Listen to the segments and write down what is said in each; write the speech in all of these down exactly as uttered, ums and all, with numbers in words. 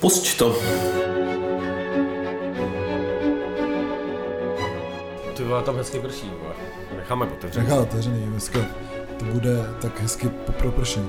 Pusť to. Ty vole, tam hezky prší, vole. Necháme otevřený. Nechá otevřený, dneska to bude tak hezky popropršený.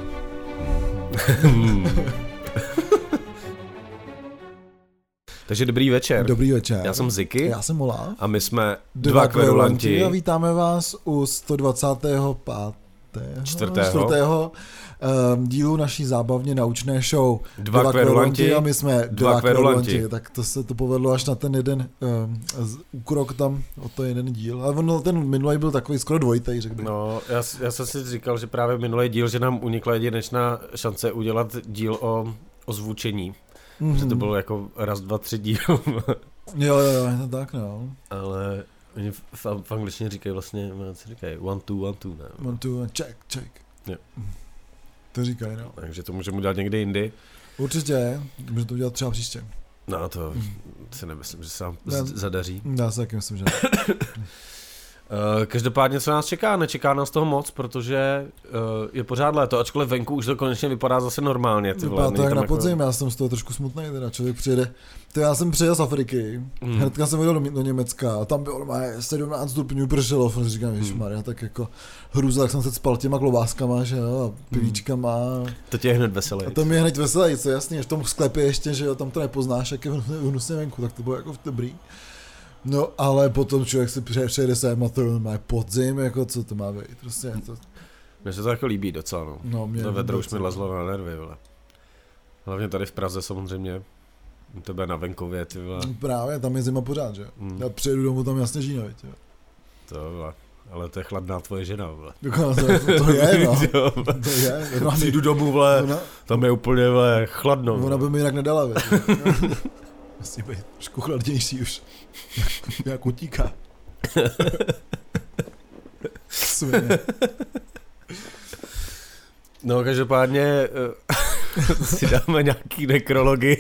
Takže dobrý večer. Dobrý večer. Já jsem Ziky. Já jsem Ola. A my jsme Dva, dva kverulanti. kverulanti. A vítáme vás u sto dvacátého pátého Čtvrtého. čtvrtého um, dílu naší zábavně naučné show Dva, Dva kverulanti. A my jsme Dva Dva kverulanti. kverulanti. Tak to se to povedlo až na ten jeden um, z- úkrok tam o to jeden díl. Ale on, ten minulý byl takový skoro dvojitej, řekl bych. No, já, já jsem si říkal, že právě minulý díl, že nám unikla jedinečná šance udělat díl o, o zvučení. Mm-hmm. Že to bylo jako raz, dva, tři díl. Jo, jo, jo, je to tak, no. Ale oni v, v, v angličtině říkají vlastně, co říkají, one, two, one, two, ne? One, two, check, check. Jo. To říkají, no. Takže to můžeme udělat někdy jindy. Určitě, můžeme to udělat třeba příště. No to si nemyslím, že se nám Ne. z- zadaří. Já si taky myslím, že Uh, každopádně co nás čeká, nečeká nás toho moc, protože uh, je pořád léto, ačkoliv venku už to konečně vypadá zase normálně. Ty vole, vypadá to není jak tam na jako- podzim, já jsem z toho trošku smutný, teda člověk přijede. To já jsem přijel z Afriky, Hmm. hnedka jsem jel do, do Německa a tam bylo normálně sedmnáct stupňů, pršelo, a říkám, ježišmarja, tak jako hrůza, tak jsem se spal těma klobáskama, že jo, a pivíčkama. To tě je hned veselý. A to mi je hned veselý, co jasně, v tom sklepě ještě, že jo, tam to nepoznáš, jak je hnusně venku, tak to bylo jako dobrý. No, ale potom člověk si přeje- přejede sem a to má podzim, jako co to má být, prostě je to, Mně se to jako líbí docela, no. no mě To vedro už mi docela- lezlo na nervy, vole. Hlavně tady v Praze samozřejmě. U tebe na venkově, ty vole. Právě, tam je zima pořád, že jo. Mm. Já přijedu domů, tam jasně žína, viď, jo. To vole. Ale to je chladná tvoje žena, vole. Jako, to, to je, no. Jo, To je. Ona, Přijdu domů, vole, ona, tam je úplně, vole, chladno. ona Vole. by mi jinak nedala, viď. Musí být trošku chladnější už. Jak utíká. Svině. No, každopádně uh, si dáme nějaký nekrology.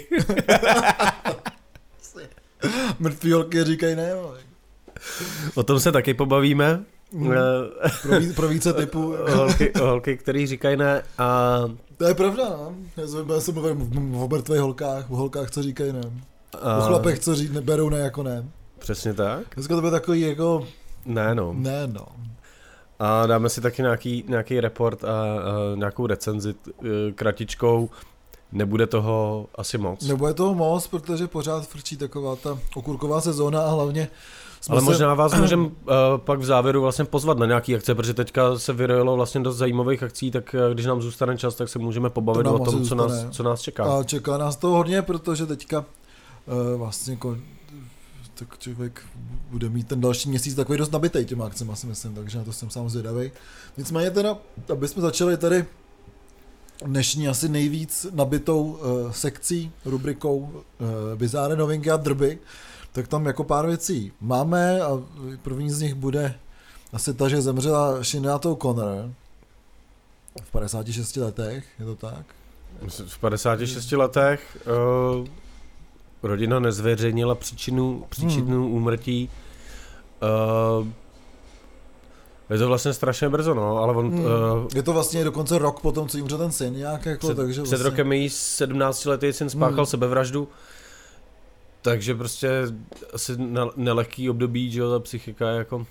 Mrtvý holky říkají ne, vole. O tom se taky pobavíme. Mm. Eh, Pro, ví, pro více typů. o holky, o holky, který říkají ne a... To je pravda, no. Já jsem, já jsem mluvil o mrtvých holkách, o holkách, co říkají ne. a O chlapech, co ří, berou ne jako ne. Přesně tak? Dneska to bude takový jako, Ne, no. ne no. A dáme si taky nějaký, nějaký report a, a nějakou recenzi eh, kratičkou. Nebude toho asi moc. Nebude toho moc, protože pořád frčí taková ta okurková sezóna a hlavně jsme Ale se... možná vás můžeme uh, pak v závěru vlastně pozvat na nějaký akce, protože teďka se vyrojilo vlastně dost zajímavých akcí, tak uh, když nám zůstane čas, tak se můžeme pobavit To nám o tom, asi co nás, zůstane. co nás čeká. A čeká nás to hodně, protože teďka uh, vlastně jako, tak člověk bude mít ten další měsíc takový dost nabitej těma akcemi, si myslím, takže na to jsem sám zvědavej. Nicméně teda, aby jsme začali tady dnešní asi nejvíc nabitou uh, sekcí, rubrikou uh, Bizárné novinky a drby, tak tam jako pár věcí máme a první z nich bude asi ta, že zemřela Sinéad O'Connor v padesáti šesti letech, je to tak? V padesáti šesti letech uh, rodina nezveřejnila příčinu, příčinu hmm. úmrtí. Uh, je to vlastně strašně brzo, no, ale on... Hmm. Uh, Je to vlastně dokonce rok potom, co jim umřel ten syn nějak, jako, před, takže před vlastně... rokem její sedmnáctiletý syn spáchal Hmm. sebevraždu. Takže prostě asi ne- nelehký období, že jo, ta psychika je jako... Uh,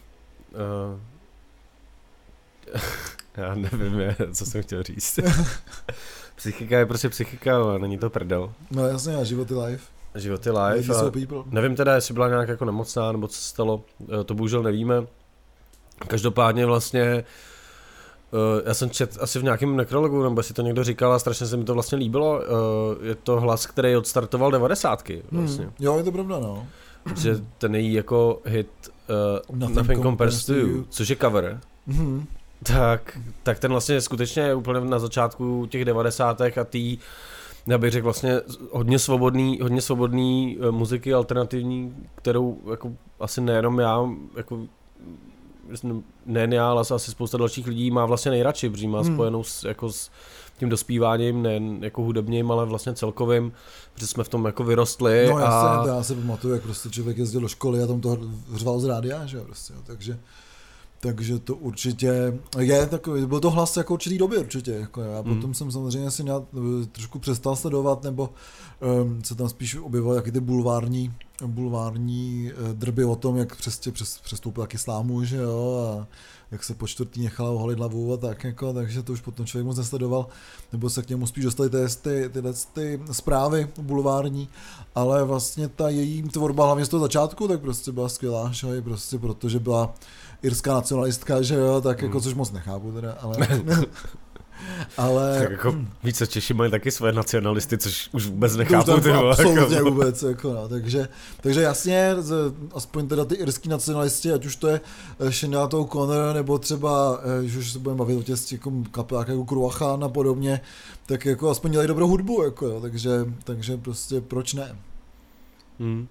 já nevím, je, co jsem chtěl říct. Psychika je prostě psychika, ale není to prdel. No jasně, a životy life. Životy Lidi live. jsou A people. nevím teda, jestli byla nějak jako nemocná, nebo co se stalo, eh, to bohužel nevíme. Každopádně vlastně, eh, já jsem čet asi v nějakém nekrologu, nebo si to někdo říkal a strašně se mi to vlastně líbilo, eh, je to hlas, který odstartoval devadesátky vlastně. Hmm. Jo, je to pravda, no. Protože ten její jako hit uh, Nothing Nothing Compares to Compares to You, You. což je cover, Mhm. tak, tak ten vlastně skutečně je úplně na začátku těch devadesátek a tý, já bych řekl vlastně hodně svobodný, hodně svobodný uh, muziky alternativní, kterou jako asi nejenom já, jako nejen já, ale asi spousta dalších lidí má vlastně nejradši, protože má Hmm. spojenou s, jako s tím dospíváním, nejen jako hudebním, ale vlastně celkovým, protože jsme v tom jako vyrostli. No jasně, a... já se pamatuju, jak prostě člověk jezdil do školy a tam to řval z rádia, že jo, prostě, jo, takže takže to určitě je takový, byl to hlas jako určitý době určitě, jako já Mm. potom jsem samozřejmě si nějak, trošku přestal sledovat, nebo um, se tam spíš objevily taky ty bulvární, bulvární uh, drby o tom, jak přesně přes, přestoupil k islámu, že jo, a jak se po čtvrtý nechala oholit hlavu a tak, jako, takže to už potom člověk moc nesledoval, nebo se k němu spíš dostali ty, ty, tyhle ty zprávy bulvární, ale vlastně ta její tvorba hlavně z toho začátku, tak prostě byla skvělá, že prostě protože byla irská nacionalistka, že jo, tak jako, což moc nechápu teda, ale... ale... Tak jako více Češi mají taky své nacionalisty, což už vůbec nechápu. To jako, absolutně jako, vůbec, jako no, takže, takže jasně, aspoň teda ty irský nacionalisti, ať už to je Sinead O'Connor, nebo třeba, že už se budeme bavit o těch jako kapelách jako Cruachan a podobně, tak jako aspoň dělají dobrou hudbu, jako jo, takže, takže prostě proč ne? Hmm.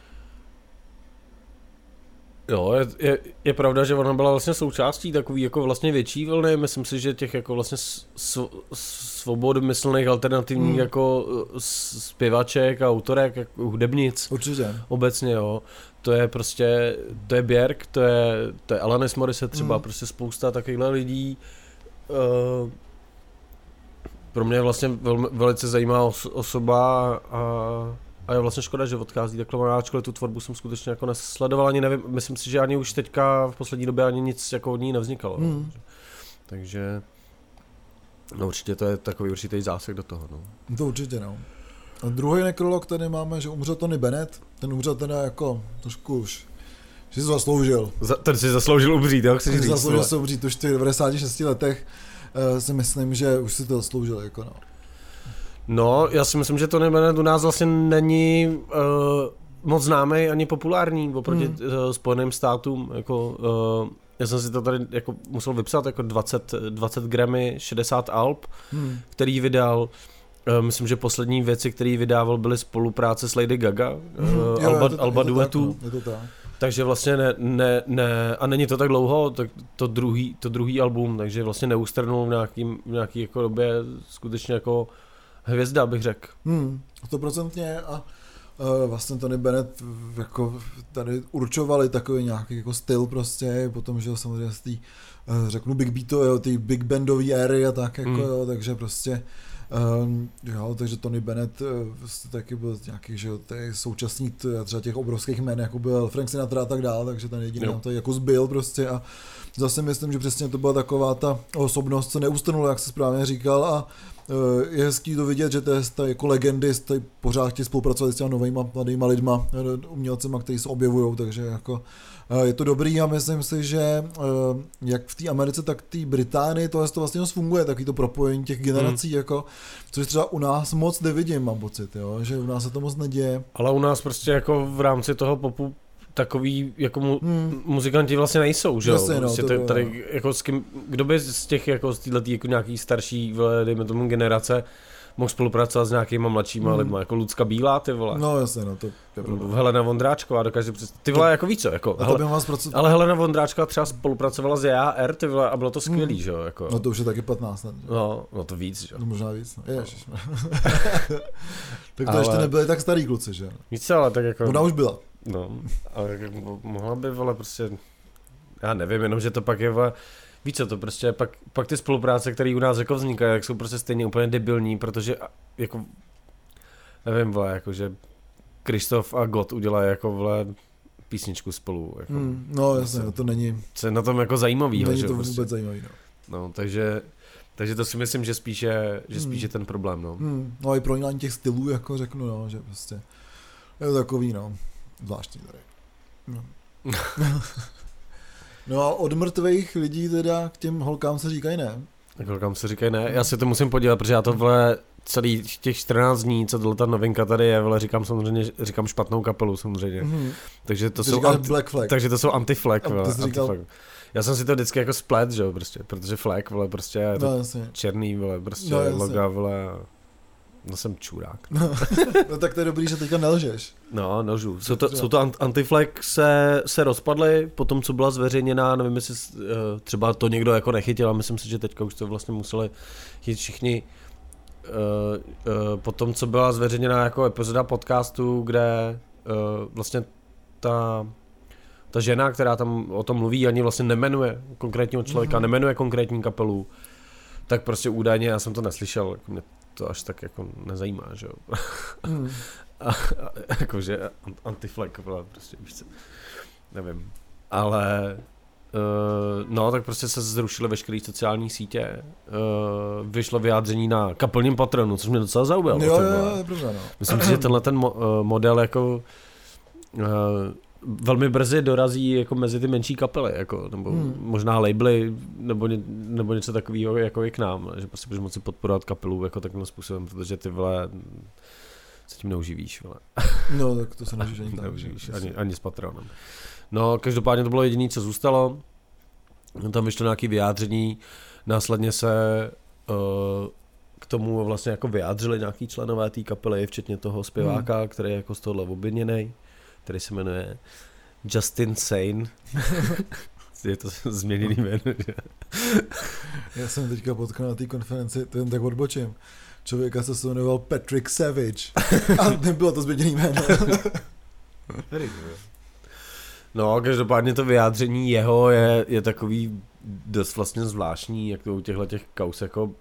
Jo, je, je, je pravda, že ona byla vlastně součástí takový jako vlastně větší vlny, myslím si, že těch jako vlastně svobodmyslných alternativních mm. jako zpěvaček, autorek, jako hudebnic. Určitě. Obecně, jo. To je prostě, to je Björk, to je, to je Alanis Morissette třeba, mm. prostě spousta takovýchhle lidí. Uh, pro mě je vlastně vel, velice zajímavá os, osoba a A je vlastně škoda, že odchází takhle, ačkoliv tu tvorbu jsem skutečně jako nesledoval, ani nevím, myslím si, že ani už teďka v poslední době ani nic jako od ní nevznikalo. Mm. Takže no určitě to je takový určitý zásah do toho. No. To určitě, no. A druhý nekrolog tady máme, že umřel Tony Bennett, ten umřel teda jako trošku už, že si zasloužil. Za, ten si zasloužil umřít, jo, chceš říct? Zasloužil se umřít, už v těch devadesát šesti letech uh, si myslím, že už si to zasloužil, jako no. No, já si myslím, že Tony Bennett u nás vlastně není uh, moc známý ani populární oproti hmm. uh, Spojeným státům. Jako, uh, já jsem si to tady jako musel vypsat, jako dvacet, dvacet Grammy, šedesát alb, hmm. který vydal. Uh, myslím, že poslední věci, který vydával, byly spolupráce s Lady Gaga, hmm. uh, jo, Alba, to, Alba duetu. Tak, takže vlastně ne, ne, ne, a není to tak dlouho, tak to druhý, to druhý album, takže vlastně neustrnul v nějaký, v nějaký jako době skutečně jako hvězda, bych řekl. Hmm, stoprocentně a uh, vlastně Tony Bennett jako tady určovali takový nějaký jako styl prostě, potom, že samozřejmě z té, uh, řeknu Big Beato, jo, ty big bandový éry a tak jako, hmm. jo, takže prostě um, jo, takže Tony Bennett uh, prostě taky byl nějaký, že jo, současník třeba těch obrovských jmen, jako byl Frank Sinatra a tak dále, takže ten jediný nám to jako zbyl prostě a zase myslím, že přesně to byla taková ta osobnost, co neustrnula, jak se správně říkal a je hezký to vidět, že to je jako legendy, pořád chtějí spolupracovat s těma novýma mladýma lidma, umělcema, kteří se objevují, takže jako je to dobrý a myslím si, že jak v té Americe, tak v té Británii tohle to vlastně funguje, takový to propojení těch generací, hmm. jako, což třeba u nás moc nevidím, mám pocit, jo, že u nás se to moc neděje. Ale u nás prostě jako v rámci toho popu takový jako mu, hmm. muzikanti vlastně nejsou, že jo? Vlastně, no, prostě tady, tady jako s kým, kdo by z těch jako z této jako nějaký starší, dejme tomu generace, mohl spolupracovat s nějakýma mladšíma hmm. lidma, jako Lucka Bílá, ty vole. No jasně, no to je Helena Vondráčková, dokáže představit, ty vole, to, jako víc co, jako, hele, proces... ale Helena Vondráčková třeba spolupracovala s J A R, ty vole, a bylo to skvělý, hmm. že jo, jako. No to už je taky patnáct let. No, no to víc, že jo. No možná víc, no. Ježiš. Tak to ale... ještě nebyli tak starý kluci, že jo. Víc, ale tak jako. Ona už byla. No, ale mohla by, vole, prostě, já nevím, jenom, že to pak je, vole, víš co, to prostě pak, pak ty spolupráce, které u nás jako vznikají, jak jsou prostě stejně úplně debilní, protože jako, nevím, vole, jako, že Krištof a God udělají jako, vole, písničku spolu. Jako, mm, no jasně, no, to není. Co je na tom jako zajímavýho, není že to vůbec prostě. zajímavý, no. No, takže, takže to si myslím, že spíše, že spíše mm. ten problém, no. Mm, no i prolínání těch stylů, jako řeknu, no, že prostě je to takový, no. Zvláštní tady. No. No a od mrtvých lidí teda k těm holkám se říkají ne. K holkám se říkají ne, já se to musím podívat, protože já to vle celý těch čtrnáct dní, co tohle ta novinka tady je, vle říkám samozřejmě, říkám špatnou kapelu samozřejmě. Mm-hmm. Takže to Ty jsou anti, Black Flag. Takže to jsou anti-flag, vle, anti-flag. Říkal... Já jsem si to vždycky jako splet, že jo, prostě, protože flag, vle, prostě je to no, černý, vle, prostě no, loga, vle. No jsem čurák. No. No tak to je dobrý, že teďka nelžeš. No, nelžu. Jsou to, jsou to Anti-Flag se, se rozpadly po tom, co byla zveřejněná, nevím, jestli uh, třeba to někdo jako nechytil, a myslím si, že teďka už to vlastně museli chytit všichni. Uh, uh, po tom, co byla zveřejněná jako epizoda podcastu, kde uh, vlastně ta ta žena, která tam o tom mluví, ani vlastně nemenuje konkrétního člověka, mm-hmm. nemenuje konkrétní kapelu, tak prostě údajně, já jsem to neslyšel, jako mě to až tak jako nezajímá, že jo. Mm. a, a, jakože Anti-Flag byla prostě, víš co, nevím, ale uh, no, tak prostě se zrušily veškeré sociální sítě, uh, vyšlo vyjádření na kapelním patronu, což mě docela zaujalo. Jo, jo, jo, pravda, no. Myslím si, že tenhle ten mo, uh, model jako uh, velmi brzy dorazí jako mezi ty menší kapely, jako, nebo hmm. možná labely, nebo, ně, nebo něco takového jako i k nám, že prostě budeš moci podporovat kapelu jako takovým způsobem, protože ty vole se tím neuživíš, vole. No, tak to se neuživíš ani tam. Neuživíš, ani, ani s patronem. No, každopádně to bylo jediné, co zůstalo. Tam vyšlo nějaké vyjádření, následně se uh, k tomu vlastně jako vyjádřili nějaký členové té kapely, včetně toho zpěváka, hmm. který je jako z tohohle obviněnej, který se jmenuje Justin Sane. Je to změněný jméno, že? Já jsem teďka potkal na té konferenci, to jen tak odbočím. Člověka se jmenoval Patrick Savage. A nebylo to změněný jméno. No, každopádně to vyjádření jeho je, je takový dost vlastně zvláštní, jak to u těchto těch kaus jako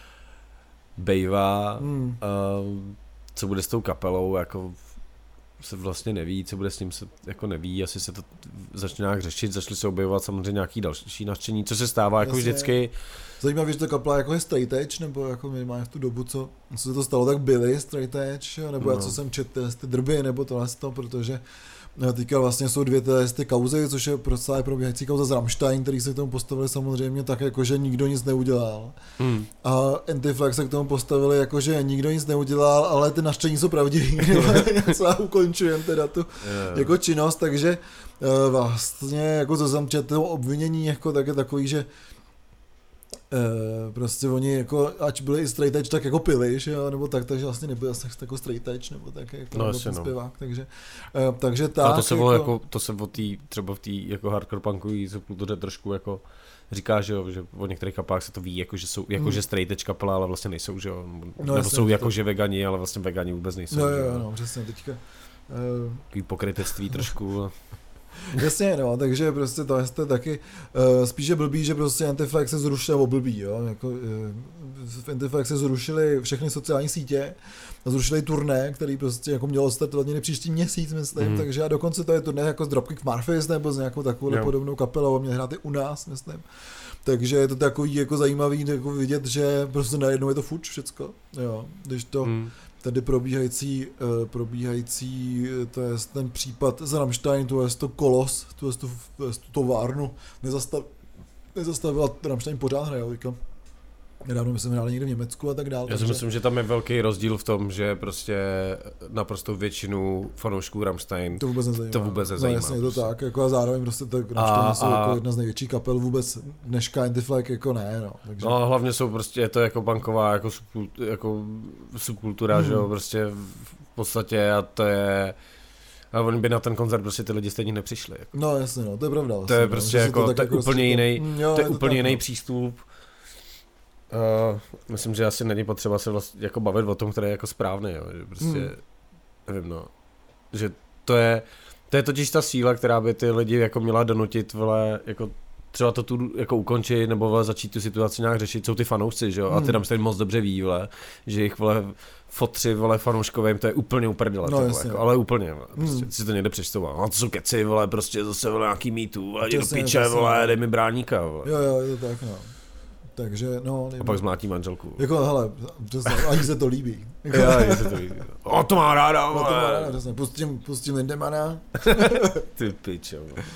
bejvá, hmm. uh, co bude s tou kapelou, jako se vlastně neví, co bude s ním, se jako neví, asi se to začne nějak řešit, začaly se objevovat samozřejmě nějaký další nařčení, co se stává jako Jasně. vždycky. Zajímavé, že ta kapela jako je straight edge, nebo jako minimálně v tu dobu, co, co se to stalo, tak byly straight edge, nebo no. já co jsem četl, ty drby, nebo tohle to, protože teďka vlastně jsou dvě ty kauzy, což je prostě probíhající kauza z Rammstein, který se k tomu postavili samozřejmě tak, jako že nikdo nic neudělal. Hmm. A Anti-Flag se k tomu postavili jako, že nikdo nic neudělal, ale ty nařčení jsou pravdivý. Co ukončujeme teda tu yeah. jako činnost, takže vlastně jako co jsem četl, obvinění jako tak je takový, že Uh, prostě oni jako, ať byli i straight edge, tak jako pili, že jo, nebo tak, takže vlastně nebyl asi jako straight edge, nebo tak jako, no, nebo ten zpěvák, takže, uh, takže tak. A to se jako, jako, to se o tý, třeba v té jako hardcore punkový subkultuře trošku jako říká, že jo, že o některých kapelách se to ví, jako že jsou, jako hmm. že straight edge kapela, ale vlastně nejsou, že jo, no, nebo jasně, jsou jako, to... že vegani, ale vlastně vegani vůbec nejsou. No jo, jo, no, přesně, teďka. Uh... Takový pokrytectví trošku. Jasně, no, takže prostě to je taky uh, spíše blbý, že prostě Anti-Flag se zrušil, blbý, jo, jako uh, v Anti-Flag se zrušily všechny sociální sítě a zrušili turné, který prostě jako mělo startovat někdy příští měsíc, myslím, mm. takže a dokonce to je turné jako s Dropkick Murphys nebo s nějakou takovou yeah. podobnou kapelou, měl hrát i u nás, myslím. Takže je to takový jako zajímavý jako vidět, že prostě najednou je to fuč všecko, jo, když to mm. tady probíhající, uh, probíhající, to je ten případ z Rammstein, to je to kolos, to je tu, tu továrnu, nezastav, nezastavila Rammstein pořád hrajou, teďka. Nedávno myslím hráli někde v Německu a tak dále. Já si takže... myslím, že tam je velký rozdíl v tom, že prostě naprosto většinu fanoušků Rammstein to vůbec nezajímá. To vůbec nezajímá. No jasně, je to prostě. Tak, jako a zároveň prostě tak Rammstein jsou a... jako jedna z největších kapel vůbec, dneška Anti-Flag jako ne, no. Takže... No a hlavně jsou prostě, je to jako punková jako, subkultura, jako subkultura, hmm. že jo, prostě v podstatě a to je... A oni by na ten koncert prostě ty lidi stejně nepřišli. Jako. No jasně, no, to je pravda. Vlastně, to je prostě no, jako, to, to je jako úplně jiný, jo, to je to úplně tak, jiný no. přístup. Uh, myslím, že asi není potřeba se vlastně jako bavit o tom, který je jako správný, jo, že prostě, hmm. nevím, no, že to je, to je totiž ta síla, která by ty lidi jako měla donutit, vole, jako třeba to tu jako ukončit, nebo vole, začít tu situaci nějak řešit, jsou ty fanoušci, že jo, hmm. a ty tam stejně moc dobře ví, vole, že jich, vole, fotři, vole, fanouškovým, to je úplně uprdele, no, jako, ale úplně, vole, prostě hmm. si to někde přečtoval, a to jsou keci, vole, prostě zase, vole, nějaký mýtů, vole, jdi do píče, vole, dej mi bráníka, vole. Jo, jo, je to tak, no. Takže, no... A pak zmlátí manželku. Jako, hele, přesně, ani se to líbí. Jo, ani se to líbí. O, to má ráda, o, to má ráda, přesně. Pustím, pustím Lindemana. Ty pičo.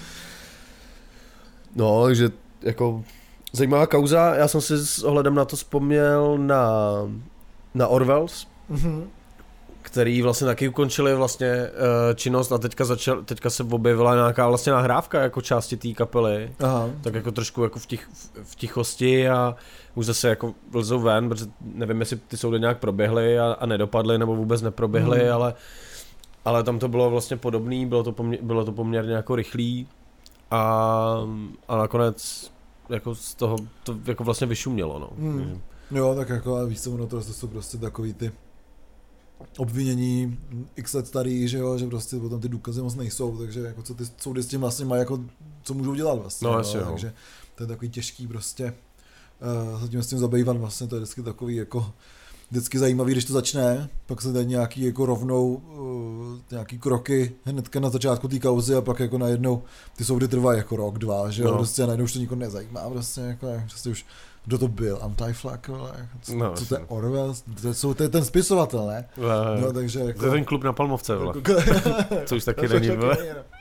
No, takže, jako, zajímavá kauza. Já jsem si s ohledem na to vzpomněl na, na Orwells, mm-hmm. který vlastně taky ukončili vlastně uh, činnost a teďka, začal, teďka se objevila nějaká vlastně nahrávka jako části té kapely. Aha. Tak jako trošku jako v, tich, v tichosti a už zase jako lezou ven, protože nevím, jestli ty soudy nějak proběhly a, a nedopadly nebo vůbec neproběhly, hmm. ale, ale tam to bylo vlastně podobný, bylo to, poměr, bylo to poměrně jako rychlý a, a nakonec jako z toho to jako vlastně vyšumělo. No. Hmm. Jo, tak jako víš co, ono to jsou prostě takový ty obvinění x let starý, že jo, že prostě potom ty důkazy moc nejsou, takže jako co ty soudy s tím vlastně mají, jako co můžou dělat vlastně. No, jo, jasně, takže to je takový těžký prostě uh, se tím s tím zabývat vlastně, to je vždycky takový jako vždycky zajímavý, když to začne, pak se dají nějaký jako rovnou uh, nějaký kroky hnedka na začátku té kauzy a pak jako najednou ty soudy trvají jako rok, dva, že jo, no. prostě najednou už to nikoho nezajímá, prostě jako, prostě už kdo to byl, Anti-Flag, co, no, co to je Orwell, to, jsou, to je ten spisovatel, ne? No, no, takže jako, to je ten klub na Palmovce, vole. Co už taky není, vole.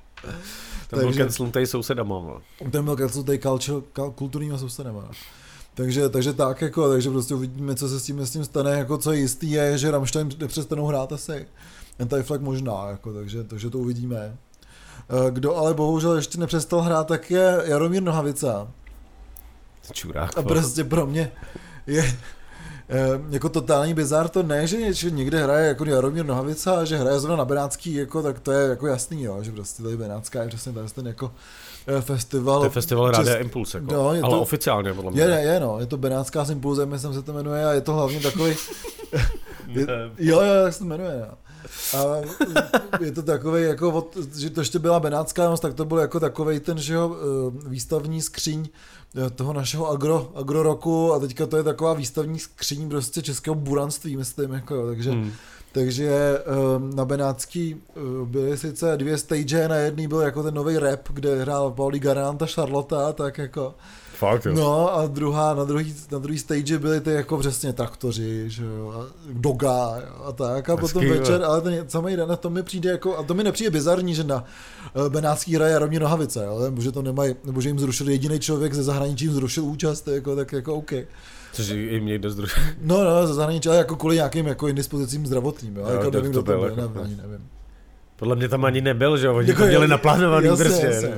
Ten byl cancelnutej sousedama, vole. Ten byl cancelutej kulturníma sousedama. Takže, takže tak, jako, takže prostě uvidíme, co se s tím, s tím stane, jako co jistý je, že Rammstein nepřestanou hrát asi. Anti-Flag možná, jako, takže, takže to uvidíme. Kdo ale bohužel ještě nepřestal hrát, tak je Jaromír Nohavica. Čurák, a prostě pro mě je jako totální bizár to ne, že, že někde hraje jako Jaromír Nohavica a že hraje zrovna na Benátský, jako, tak to je jako jasný, jo, že prostě tady Benátská je přesně tady ten jako festival. To je festival Rádia Impuls, jako, no, ale to, oficiálně podle mě. Je, je, no, je to Benátská s Impulzem, myslím se to jmenuje a je to hlavně takový, je, jo, jo, jak se to jmenuje, no. A je to takovej, jako, od, že to ještě byla Benátská noc, tak to byl jako takovej ten, že jo, výstavní skříň toho našeho agro, agro roku a teďka to je taková výstavní skříň prostě českého buranství, myslím, jako jo, takže, hmm. takže na Benátský byly sice dvě stage, na jedný byl jako ten nový rap, kde hrál Pauli Garant a Charlotta, tak jako fakt, jo. No a druhá, na druhý, na druhý stage byly ty jako přesně traktoři, že jo, a Doga a tak a potom Hezký, večer, ale ten samý den, to mi přijde jako, a to mi nepřijde bizarní, že na Benátský hraje Jaromír Nohavica, jo, nebo že to nemají, nebo že jim zrušil jediný člověk ze zahraničí, jim zrušil účast, jako, tak jako OK. Což jim někdo zrušil. No, no, ze zahraničí, ale jako kvůli nějakým jako indispozicím zdravotním, jo, no, jako nevím, kdo to byl, nevím, ani nevím. Podle mě tam ani nebyl, že jo, oni jako to měli naplánovaný prostě.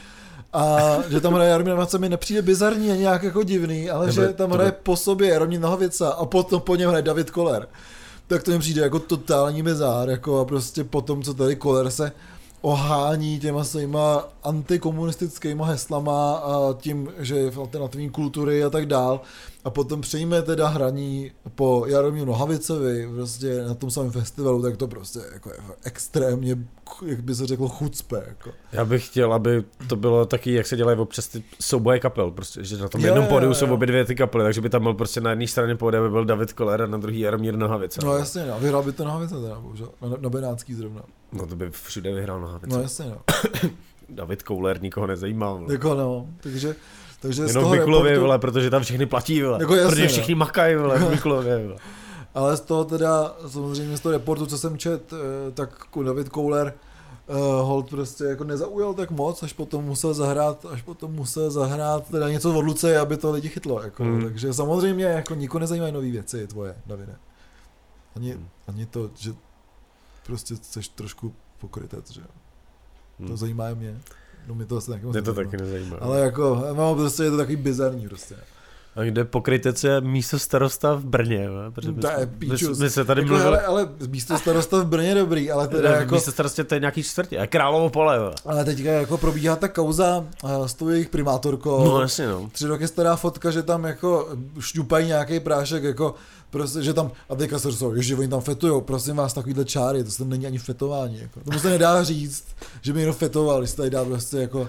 A že tam hraje Jaromír Nohavica mi nepřijde bizarní a nějak jako divný, ale Nebo, že tam hraje to... po sobě Jaromír Nohavica a potom po něm hraje David Koller. Tak to mi přijde jako totální bizár, jako a prostě potom, co tady Koller se ohání těma svýma antikomunistickýma heslama a tím, že je v alternativní kultury a tak dál. A potom přejme teda hraní po Jaromíru Nohavicovi prostě na tom samém festivalu, tak to prostě jako je extrémně, jak by se řeklo, chucpe. Jako. Já bych chtěl, aby to bylo taky, jak se dělají občas ty souboje kapel, prostě, že na tom jednom pódiu jsou obě dvě ty kapely, takže by tam byl prostě na jedné straně pódia by byl David Koller a na druhý Jaromír Nohavica. No jasně, no, vyhrál by to Nohavica teda, bohužel, na, na Benátský zrovna. No to by všude vyhrál Nohavica. No jasně, no. David Koller nikoho nezajímal. Jako no, takže... Takže jenom v Mikulově, reportu... vole, protože tam všechny platí, vole. Jako jasně, protože všichni makají, vole, v Mikulově, vole. Ale z toho teda, samozřejmě z toho reportu, co jsem čet, tak David Koller uh, hold prostě jako nezaujal tak moc, až potom musel zahrát, až potom musel zahrát teda něco od Luce, aby to lidi chytlo, jako. Hmm. Takže samozřejmě jako nikoho nezajímají nový věci tvoje, Davide. Ani, hmm. ani to, že prostě chceš trošku pokrytec, že hmm. to zajímá mě. No mě to asi taky mě to taky nezajímá. Ale jako, no, prostě je to takový bizarní prostě. A kde pokrytec je místo starosta v Brně, ne? To je píčus. My se tady jako, mluvili... ale, ale místo starosta v Brně je dobrý, ale teda ne, jako... Místo starosta to je nějaký čtvrtě, a Královo pole, jo. Ale teďka jako probíhá ta kauza s tou jejich primátorkou. No jasně, no. Tři roky stará fotka, že tam jako šťupají nějaký prášek, jako prostě, že tam, a teďka se říkají, ježi, oni tam fetujou, prosím vás, takovýhle čáry, to se není ani fetování, jako. Tomu se nedá říct, že by jenom fetoval, když se tady dá prostě jako,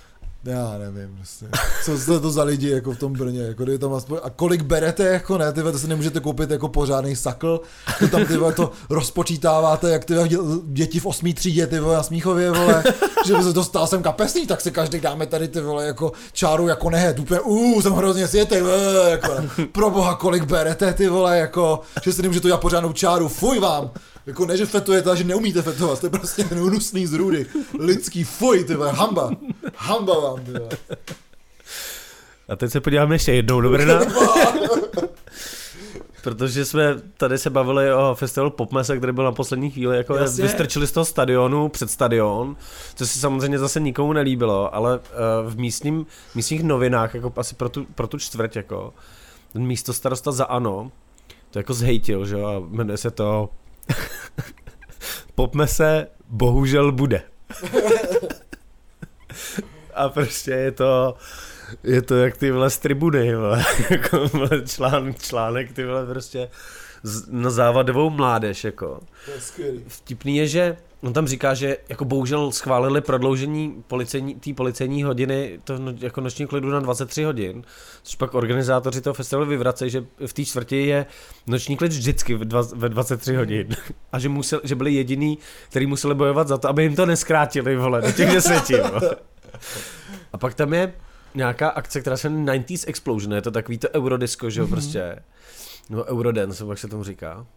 já nevím, prostě, co jste to za lidi jako v tom Brně, jako tam aspoň, a kolik berete, jako ne, tyhle, to si nemůžete koupit jako pořádný sakl, to tam tyhle to rozpočítáváte, jak tyhle děti v osmý třídě, ty vole, na Smíchově, vole, že by se dostal sem kapesný, tak si každý dáme tady ty vole, jako čáru, jako nehet, úplně, uuu, jsem hrozně světej, vole, jako, pro boha, kolik berete, ty vole, jako, že si nemůžete udělat pořádnou čáru, fuj vám. Jako ne, že fetujete, ale že neumíte fetovat, to je prostě neunusný zrůdy, lidský, fuj, ty vole, hamba, hamba vám, ty vole. A teď se podíváme ještě jednou do Brna. Protože jsme tady se bavili o festivalu Popmese, který byl na poslední chvíli, jako Jasně. vystrčili z toho stadionu před stadion, co si samozřejmě zase nikomu nelíbilo, ale uh, v místním, místních novinách, jako asi pro tu, pro tu čtvrť, jako, ten místo starosta za ANO, to jako zhejtil, že jo, a jmenuje se to Popmese bohužel bude. A prostě je to je to jak ty vole z tribuny, vole. Jako článek, článek, ty vole prostě na závadovou mládež, jako. To je skvělý. Vtipný je, že on tam říká, že jako bohužel schválili prodloužení policejní, té policejní hodiny to no, jako noční klidu na dvacet tři hodin, což pak organizátoři toho festivalu vyvracejí, že v té čtvrtě je noční klid vždycky ve, dva, ve dvacet tři hodin a že, musel, že byli jediný, kteří museli bojovat za to, aby jim to neskrátili, vole, do těch deseti. A pak tam je nějaká akce, která se jmenuje nineties Explosion, je to takový to eurodisco, že jo, mm-hmm. prostě, no eurodance, jak se tomu říká.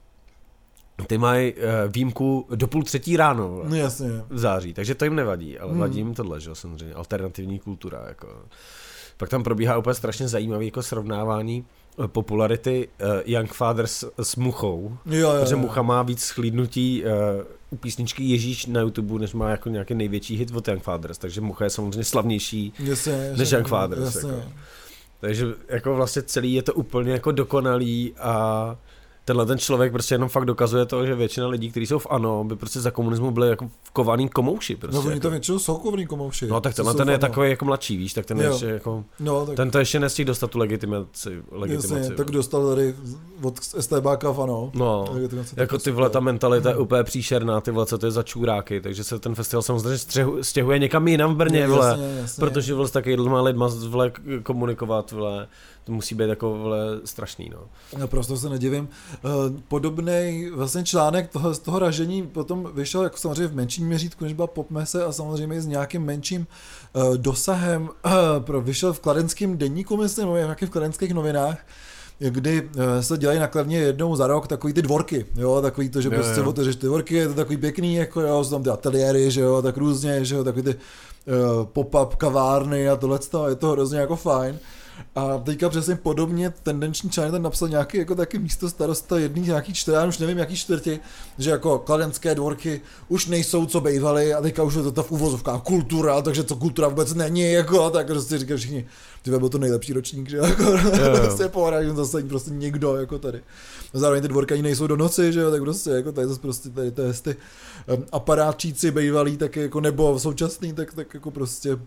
Ty mají uh, výjimku do půl třetí ráno no, jasně. v září, takže to jim nevadí, ale hmm. vadí jim tohle, že samozřejmě, alternativní kultura. Jako. Pak tam probíhá úplně strašně zajímavé jako srovnávání popularity uh, Young Fathers s Muchou, jo, jo, protože jo. Mucha má víc schlídnutí uh, u písničky Ježíš na YouTube, než má jako nějaký největší hit od Young Fathers, takže Mucha je samozřejmě slavnější jasně, než Young Fathers. Jako. Takže jako vlastně celý je to úplně jako dokonalý a tenhle ten člověk prostě jenom fakt dokazuje to, že většina lidí, kteří jsou v ANO, by prostě za komunismu byli jako kovaný komouši. Prostě, no oni jako. to většinou jsou kovaný komouši. No tak tenhle ten je takový jako mladší, víš, tak ten jo. ještě jako, no, tak... ten to ještě nestihl dostat tu legitimaci. legitimaci jasně, tak dostal tady od STBáka v ANO. No, jako ty vole, ta mentalita je úplně příšerná, ty vole, co to je za čůráky, takže se ten festival samozřejmě střehu, stěhuje někam jinam v Brně, no, vole, jasně, jasně. Protože vole s takovýma lidma vole komunikovat, vole, to musí být jako vole strašný, no. Naprosto se nedivím. Podobnej vlastně článek toho, z toho ražení potom vyšel jako samozřejmě v menším měřítku, než byla Popmese a samozřejmě i s nějakým menším uh, dosahem, uh, pro, vyšel v kladenském deníku, myslím, nebo nějakých v kladenských novinách, kdy uh, se dělají nakladně jednou za rok takový ty dvorky, jo, takový to, že jo, prostě otevřeš ty dvorky, je to takový pěkný, jako jo, jsou tam ty ateliéry, že jo, tak různě, že jo, takový ty uh, pop-up kavárny a tohleto, je to hrozně jako fajn. A teďka přesně podobně tendenční článek ten napsal nějaký jako taky místo starosta jedný nějaký čtvrtý, už nevím jaký čtvrtí, že jako kladenské dvorky už nejsou co bejvaly a teďka už je to ta v uvozovkách kultura, takže co kultura vůbec není, jako a tak prostě říkají všichni, ty byl to nejlepší ročník, že jako prostě pohoda, že zase prostě někdo jako tady. Zároveň ty dvorky ani nejsou do noci, že jo, tak prostě jako tady zase prostě tady to jestli um, aparátčíci bejvalí, tak jako nebo současný, tak, tak jako prostě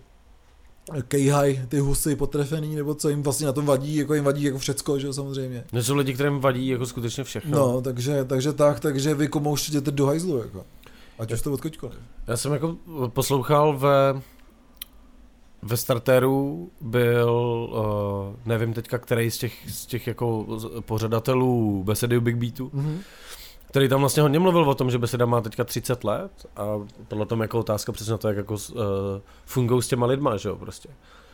kejhaj ty husy potrefený, nebo co jim vlastně na tom vadí, jako jim vadí jako všecko, že jo, samozřejmě. No jsou lidi, kterým vadí jako skutečně všechno. No, takže, takže tak, takže vy komouši jděte do hajzlu, jako. Ať už to odkoďkoliv. Já jsem jako poslouchal ve, ve startéru byl, uh, nevím teďka, který z těch, z těch jako pořadatelů besedy u Big Beatu, mm-hmm. který tam vlastně hodně mluvil o tom, že beseda má teďka třicet let a tohle tam jako otázka přesně na to, jak jako uh, fungují s těma lidma, že jo, prostě.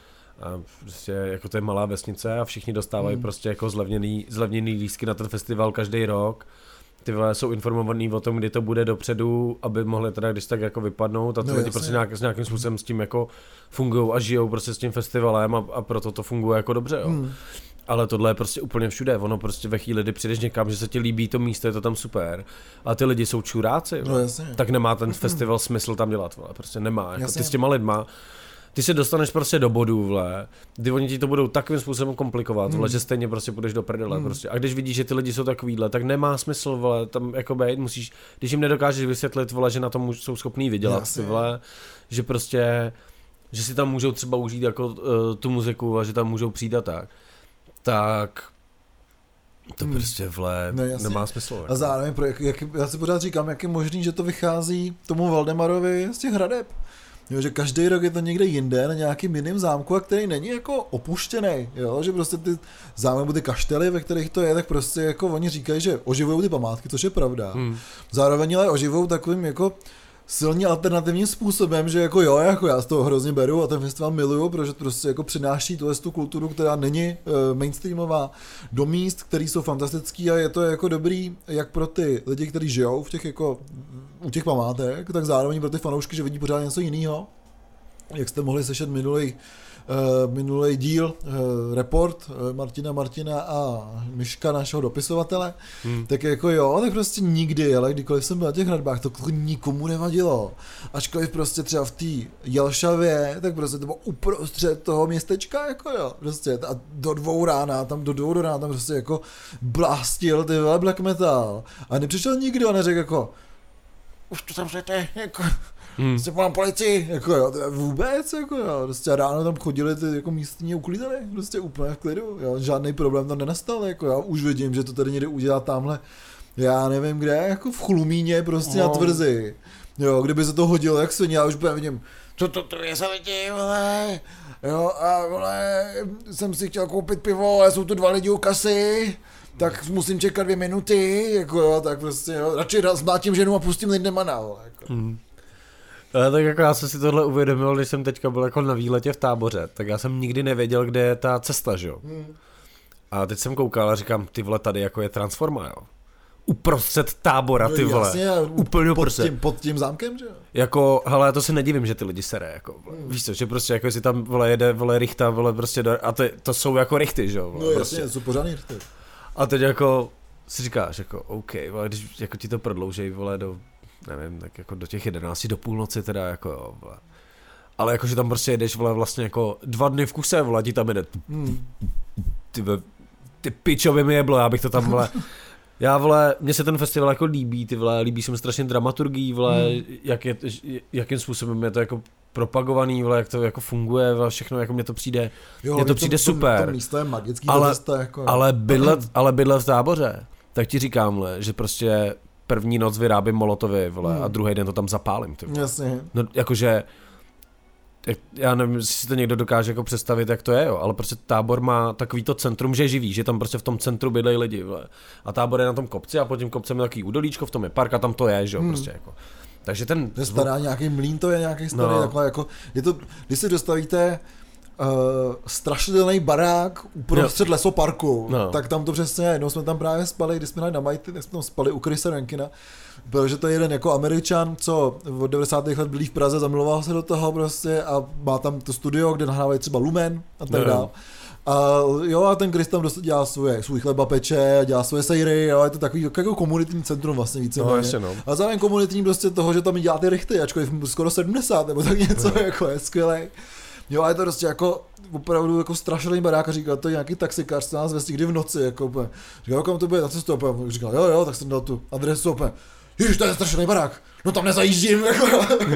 A prostě jako to je malá vesnice a všichni dostávají mm. prostě jako zlevněný, zlevněný lístky na ten festival každý rok. Ty vole jsou informovaný o tom, kdy to bude dopředu, aby mohli teda když tak jako vypadnout a ty no, lidi prostě nějak, s nějakým způsobem s tím jako fungují a žijou prostě s tím festivalem a, a proto to funguje jako dobře, jo. Mm. Ale tohle je prostě úplně všude, ono prostě ve chvíli, kdy přijdeš někam, že se ti líbí to místo, je to tam super, a ty lidi jsou čuráci, no, tak nemá ten festival smysl tam dělat, vole, prostě nemá, jako ty s těma lidma, ty se dostaneš prostě do bodů, vle, kdy oni ti to budou takovým způsobem komplikovat, vle, mm. že stejně prostě půjdeš do prdele, mm. prostě, a když vidíš, že ty lidi jsou takovýhle, tak nemá smysl, vle, tam jako bejt, musíš, když jim nedokážeš vysvětlit, vle, že na tom jsou schopný vydělat, ty, vle, že prostě, že si tam můžou třeba užít jako uh, tu muziku a že tam můžou přijít a tak. Tak to hmm. prostě vle no, nemá smysl. A zároveň, pro jak, jak, já si pořád říkám, jak je možný, že to vychází tomu Valdemarovi z těch hradeb. Jo, že každý rok je to někde jinde, na nějakým jiným zámku, a který není jako opuštěný, jo, že prostě ty zámky, ty kaštely, ve kterých to je, tak prostě jako oni říkají, že oživují ty památky, což je pravda. Hmm. Zároveň ale oživují takovým jako silně alternativním způsobem, že jako jo, jako já z toho hrozně beru a ten festival miluju, protože prostě jako přináší tuhle tu kulturu, která není uh, mainstreamová, do míst, které jsou fantastický, a je to jako dobrý jak pro ty lidi, kteří žijou v těch jako u těch památek, tak zároveň pro ty fanoušky, že vidí pořád něco jiného. Jak jste mohli slyšet minulý Uh, minulý díl, uh, report uh, Martina Martina a Myška, našeho dopisovatele, hmm. tak jako jo, tak prostě nikdy, ale kdykoliv jsem byl na těch hradbách, to nikomu nevadilo. Ačkoliv prostě třeba v té Jelšavě, tak prostě to bylo uprostřed toho městečka, jako jo, prostě a do dvou rána, tam do dvou do rána, tam prostě jako blástil ty black metal a nepřišel nikdo a neřekl jako už to zavřete, jako, hmm. prostě volám policii, jako jo, to je vůbec, jako jo, prostě ráno tam chodili ty jako místní uklízeli, prostě úplně v klidu, jo, žádný problém tam nenastal, jako já už vidím, že to tady někde udělá tamhle, já nevím kde, jako v Chlumíně, prostě no. na Tvrzi, jo, kdyby se to hodilo, jak svině, já už úplně vidím, co to, to je za lidi, vole, jo, a vole, jsem si chtěl koupit pivo, ale jsou tu dva lidi u kasy, tak musím čekat dvě minuty, jako jo, tak prostě jo, radši zmátím ženu a pustím Lindemana, vole, jako. Hmm. Ale tak jako já jsem si tohle uvědomil, když jsem teďka byl jako na výletě v Táboře, tak já jsem nikdy nevěděl, kde je ta cesta, že jo. Hmm. A teď jsem koukal a říkám, ty vole, tady jako je transforma, jo. Uprostřed Tábora, ty vole. Jasně, úplně pod tím, pod tím zámkem, že jo? Jako, hele, to se nedivím, že ty lidi sere, jako, vole. Hmm. Víš co, že prostě jako si tam, vole, jede, vole, richta, vole, prostě, do, a to, to jsou jako richty, že jo. No prostě. jasně, jsou pořádný richty. A teď jako si říkáš, jako, OK, vole, když jako ti to prodloužej, vole, do, nevím, tak jako do těch jedenácti do půlnoci teda, jako jo, vole. Ale jakože tam prostě jedeš, vole, vlastně jako dva dny v kuse, vole, ti tam jede. Hmm. Ty, ty pičově mi jeblo, já bych to tam, vole, já, vole, mně se ten festival jako líbí, ty vole, líbí se mi strašně dramaturgií, vole, hmm. jak je, jakým způsobem je to jako propagovaný, vole, jak to jako funguje, vole, všechno, jako mně to přijde, jo, mně to přijde to, super. To místo je magický, ale, to jako, ale, bydlet, ale bydlet v Táboře, tak ti říkám, vole, že prostě první noc vyrábím molotovy, vole, hmm. a druhý den to tam zapálím, ty vole. Jasně. No, jakože, já nevím, jestli si to někdo dokáže jako představit, jak to je, jo, ale prostě Tábor má takový to centrum, že je živý, že tam prostě v tom centru bydlejí lidi, vole. A Tábor je na tom kopci a pod tím kopcem je takový údolíčko, v tom je park a tam to je, že jo, hmm. prostě jako. Takže ten... To je stará zvuk... nějaký mlýn, to je nějaký starý, no. takhle jako, je to, když si dostavíte uh, strašidelný barák uprostřed no. lesoparku, no. tak tam to přesně, jednou jsme tam právě spali, když jsme jeli na Mighty, tak jsme tam spali u Chrisa Rankina, protože to je jeden jako Američan, co od devadesátých let bydlí v Praze, zamiloval se do toho prostě a má tam to studio, kde nahrávají třeba Lumen a tak no. dále. A jo, a ten Chris tam dost dělá svoje, svůj chleba peče, dělá svoje sejry, jo, je to takový jako komunitní centrum vlastně více. No, ještě, no. A zároveň komunitní prostě toho, že tam dělá ty rychty, ačkoliv skoro sedmdesát nebo tak něco, no. jako je skvělej. Jo, a je to prostě jako opravdu jako strašný barák a říkal, to je nějaký taxikář, co nás vestí kdy v noci, jako úplně. Říkal, kam to bude na cestu, úplně. Říkal, jo, jo, tak jsem dal tu adresu, úplně. Ježiš, to je strašný barák, no tam nezajíždím, jako.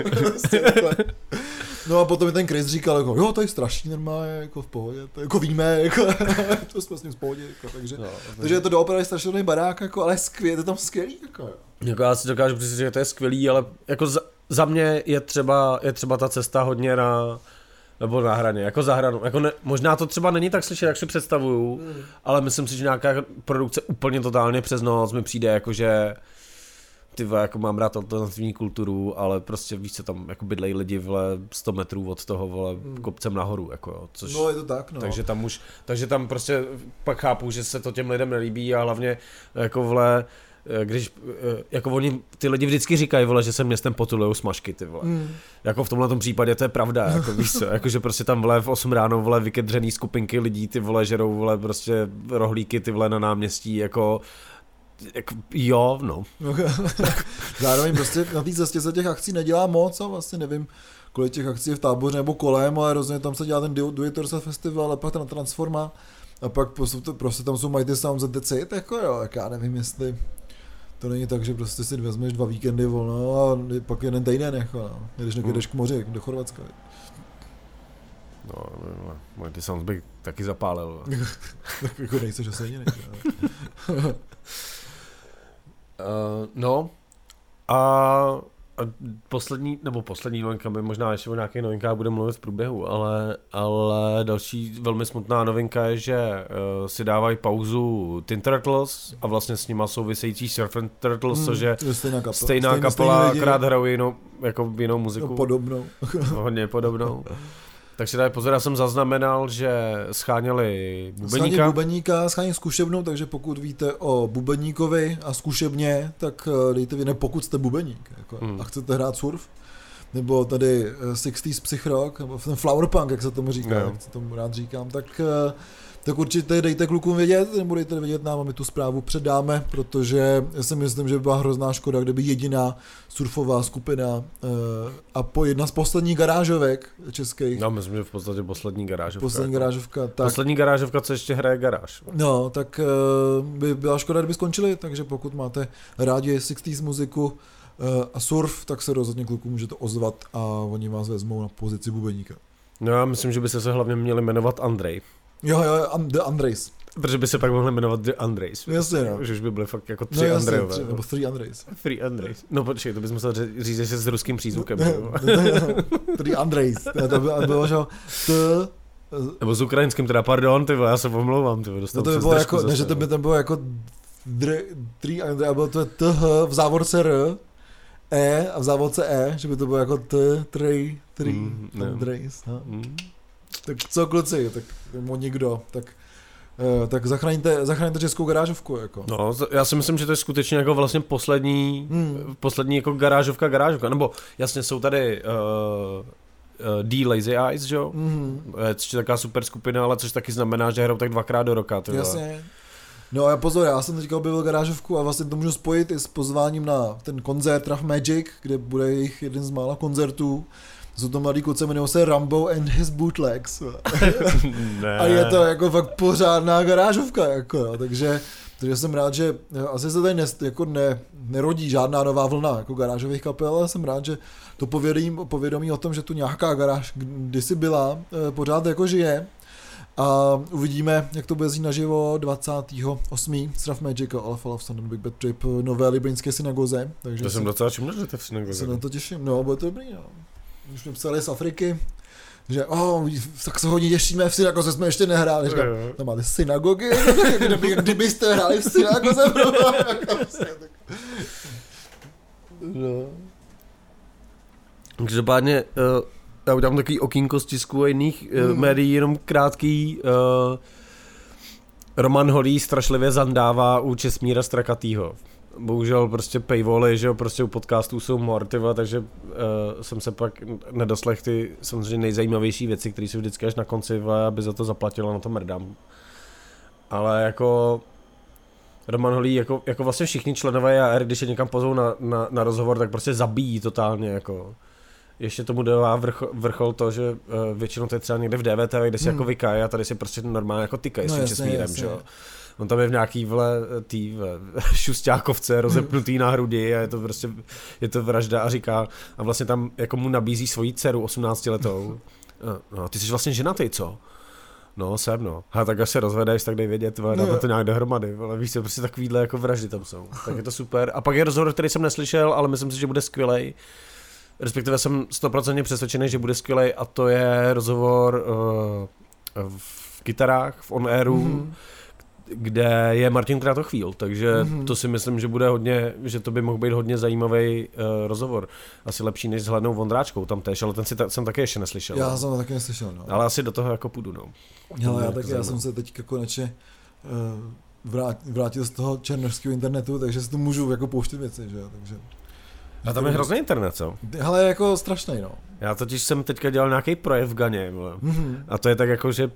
No a potom mi ten Chris říkal, jako, jo, to je strašný normálně, jako v pohodě, to jako víme, jako, to jsme s ním v pohodě, jako, takže, no, takže je to doopravdy strašný barák, jako, ale skvělý, to tam skvělý, jako. Jako já si dokážu přesvědčit, že to je skvělý, ale jako za, za mě je třeba, je třeba ta cesta hodně na, nebo na hraně, jako za hranu, jako ne, možná to třeba není tak slyšet, jak si představuju, mm. ale myslím si, že nějaká produkce úplně totálně přes noc mi přijde, jakože ty vole, jako mám rád alternativní kulturu, ale prostě víš co, tam jako bydlejí lidi, vole, sto metrů od toho, vole, kopcem nahoru, jako jo, což, no je to tak, no. Takže tam už, takže tam prostě pak chápu, že se to těm lidem nelíbí a hlavně, jako vole, když, jako oni, ty lidi vždycky říkají, vole, že se městem potulujou smažky, ty vole. Mm. Jako v tomhle případě to je pravda, jako víš co, jako že prostě tam, vole, v osm ráno, vole, vykedřený skupinky lidí, ty vole, žerou, vole, prostě rohlíky, ty vole, na náměstí, jako jako, jo, no. Zároveň prostě na té cestě se těch akcí nedělá moc a vlastně nevím, kolik těch akcí je v Táboře nebo kolem, ale rozhodně tam se dělá ten Do It Yourself Festival a pak ten Transforma a pak prostě, prostě tam jsou Mighty Sounds and That's It, jako jo, tak já nevím, jestli to není tak, že prostě si vezmeš dva víkendy volno a pak jeden týden, jako no, když nejdeš k moři, do Chorvatska. No, no, Mighty Sounds bych taky zapálil. Tak jako nejseš asi jediný. Uh, no a, a poslední, nebo poslední novinka, by možná ještě o nějakých novinkách budeme mluvit v průběhu, ale, ale další velmi smutná novinka je, že uh, si dávají pauzu Tin Turtles a vlastně s nima související Surfing Turtles, hmm, což je stejná kapela, stejná kapela akorát hrajou jinou, jako jinou muziku. No, podobnou. Hodně podobnou. Takže tady pozor, já jsem zaznamenal, že scháněli bubeníka. Scháněli bubeníka, scháněli zkušebnou, takže pokud víte o bubeníkovi a zkušebně, tak dejte vědět, pokud jste bubeník jako, hmm. a chcete hrát surf, nebo tady šedesátých psych rock, nebo ten flower punk, jak se tomu říká, no. jak se tomu rád říkám, tak, tak určitě dejte klukům vědět, nebo dejte vědět nám a my tu zprávu předáme, protože já si myslím, že by byla hrozná škoda, kdyby jediná surfová skupina a po jedna z posledních garážovek českých. No, myslím, že v podstatě poslední garážovka. Poslední garážovka, tak. Poslední garážovka, co ještě hraje garáž. No, tak by byla škoda, kdyby skončili, takže pokud máte rádi šedesátých muziku, a surf, tak se rozhodně kluků můžete ozvat a oni vás vezmou na pozici bubeníka. No já myslím, že byste se hlavně měli jmenovat Andrej. Jo, jo, The Andrejs. Protože by se pak mohli jmenovat The Andrejs. Jasně, no. Že už by byly fakt jako tři no, Andrejové. Tři, nebo three Andrejs. Three Andrejs. No počkej, to bys musel říct, že s ruským přízvukem. Three Andrejs. To by bylo, že t... Nebo s ukrajinským, teda pardon, ty já se omlouvám. Ty, no to by bylo jako, ne, že to by tam bylo jako three Andrejs, a bylo to th v závorce r, e a v závorce e, že by to bylo jako t, three, three mm, Andrejs. Mm. Tak co kluci, tak nebo nikdo, tak tak zachraňte, zachraňte českou garážovku, jako. No, já si myslím, že to je skutečně jako vlastně poslední, hmm. poslední jako garážovka, garážovka, nebo jasně jsou tady uh, uh, D Lazy Eyes, že jo, hmm. což je taková super skupina, ale což taky znamená, že hrajou tak dvakrát do roka, tyhle. Jasně. No a pozor, já jsem teďka objevil garážovku a vlastně to můžu spojit i s pozváním na ten koncert Rough Magic, kde bude jejich jeden z mála koncertů. Jsou to mladý kluci, jmenují se Rambo and his bootlegs. A je to jako fakt pořádná garážovka, jako jo. Takže, takže jsem rád, že asi se tady ne, jako ne, nerodí žádná nová vlna jako garážových kapel, ale jsem rád, že to povědomí, povědomí o tom, že tu nějaká garáž kdysi byla, pořád jako žije. A uvidíme, jak to bude znít naživo dvacátého osmého s Rough Magic a Alpha Love Sun Big Bad Trip Nové Libeňské synagoze. Takže to jsem docela čím, že to v synagoze. Se na to těším, no, bude to dobrý, no. Už mě psali z Afriky, že oh, tak se hodně těšíme, v synagoze jsme ještě nehráli. Říkám, tam máte synagogy? Kdyby, kdybyste hráli v synagoze? No. Každopádně uh, já udělám takový okýnko z tisku a jiných uh, hmm. médií, jenom krátký. Uh, Roman Holý strašlivě zandává u Česmíra Strakatýho. Bohužel prostě paywally, že jo, prostě u podcastů jsou mortiva, takže uh, jsem se pak nedoslech ty samozřejmě nejzajímavější věci, které jsou vždycky až na konci, aby za to zaplatilo, na to mrdám. Ale jako Roman Holý, jako, jako vlastně všichni členové A R, když je někam pozvou na, na, na rozhovor, tak prostě zabíjí totálně, jako. Ještě tomu dává vrchol, vrchol to, že uh, většinou to je třeba někde v D V T V, kde si hmm. jako vykají a tady si prostě normálně jako tykají no, s tím Česmírem, že jo. On tam je v nějaký vle, tý vle, šustákovce rozepnutý na hrudi a je to prostě, je to vražda a říká, a vlastně tam jako mu nabízí svoji dceru osmnáctiletou. No, ty jsi vlastně ženatý, co? No, jsem, no. A tak až se rozvedeš, tak dej vědět, vle, dáme to nějak dohromady, ale víš co, prostě takovýhle jako vraždy tam jsou. Tak je to super. A pak je rozhovor, který jsem neslyšel, ale myslím si, že bude skvělej. Respektive jsem sto procent přesvědčený, že bude skvělej, a to je rozhovor uh, v kytarách, v on-airu, mm-hmm. kde je Martin Kratochvíl, takže mm-hmm. to si myslím, že bude hodně, že to by mohl být hodně zajímavý uh, rozhovor. Asi lepší než s Helenou Vondráčkou tam též, ale ten si ta, jsem taky ještě neslyšel. Já no. jsem to taky neslyšel, no. Ale asi do toho jako půjdu, no. Ale já taky, já jsem se teďka konečně uh, vrátil, vrátil z toho černošského internetu, takže si tu můžu jako pouštět věci, že jo, takže... A tam je hrozný internet, co? Hele, jako strašný, no. Já totiž jsem teďka dělal nějaký projev v Ghaně, mm-hmm. a to je tak jako, že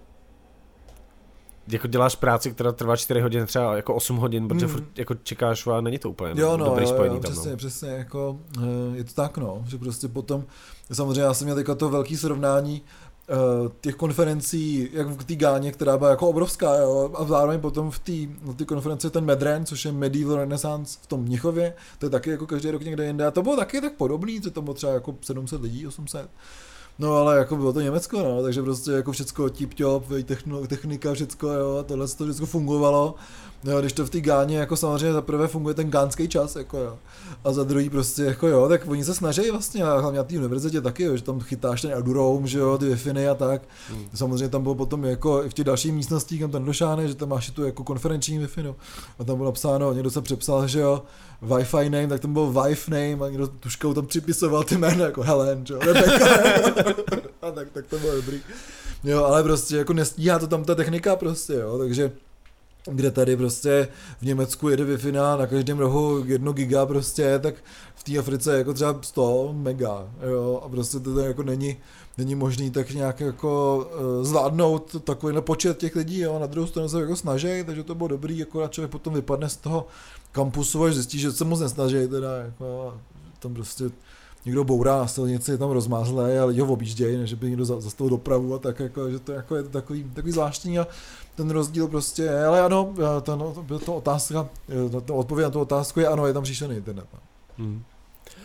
jako děláš práci, která trvá čtyři hodiny, třeba jako osm hodin, protože mm. furt jako čekáš a není to úplně jo, no, dobrý jo, spojení jo, tam. Přesně, no. přesně, jako je to tak, no, že prostě potom, samozřejmě já jsem měl teďka to velký srovnání uh, těch konferencí, jak v té Gáně, která byla jako obrovská, jo, a zároveň potom v té v konferenci ten Medren, což je Medieval Renaissance v tom Mnichově, to je taky jako každý rok někde jinde, a to bylo taky tak podobný, že tam bylo třeba jako sedm set lidí, osm set. No ale jako bylo to Německo, no, takže prostě jako všecko tip-top, technika, všecko, jo, tohle to všechno fungovalo. Jo, když to v té Gáně, jako samozřejmě za prvé funguje ten gánský čas, jako jo. A za druhý prostě, jako jo, tak oni se snaží vlastně, a hlavně na té univerzitě taky, jo, že tam chytáš ten Eduroam, že jo, ty Wi-Fi a tak. Hmm. Samozřejmě tam bylo potom jako i v těch dalších místnostích, kam tam došáhne, že tam máš tu jako konferenční Wi-Fi, no. A tam bylo napsáno, někdo se přepsal, že jo, Wi-Fi name, tak tam byl Wi-Fi name a někdo tuškou tam připisoval ty jména jako Helen, že jo, Rebecca. A tak, tak to bylo dobrý. Jo, ale prostě jako nestíhá to tam ta technika prostě, jo, takže kde tady prostě v Německu jede Wi-Fi na, na každém rohu jedno giga prostě, tak v té Africe jako třeba sto mega, jo, a prostě to jako není, není možný tak nějak jako uh, zvládnout takovýhle počet těch lidí, jo, na druhou stranu se jako snaží, takže to bylo dobrý, akorát člověk potom vypadne z toho kampusu, až zjistí, že se moc nesnaží, teda jako tam prostě někdo bourá na silnici, je tam rozmázlé a lidi ho objíždějí, než by někdo zastavil dopravu a tak, jako, že to jako je to takový, takový zvláštní a ten rozdíl prostě je, ale ano, to, no, to, to otázka, to odpověď na tu otázku je ano, je tam říšený internet. No. Hmm.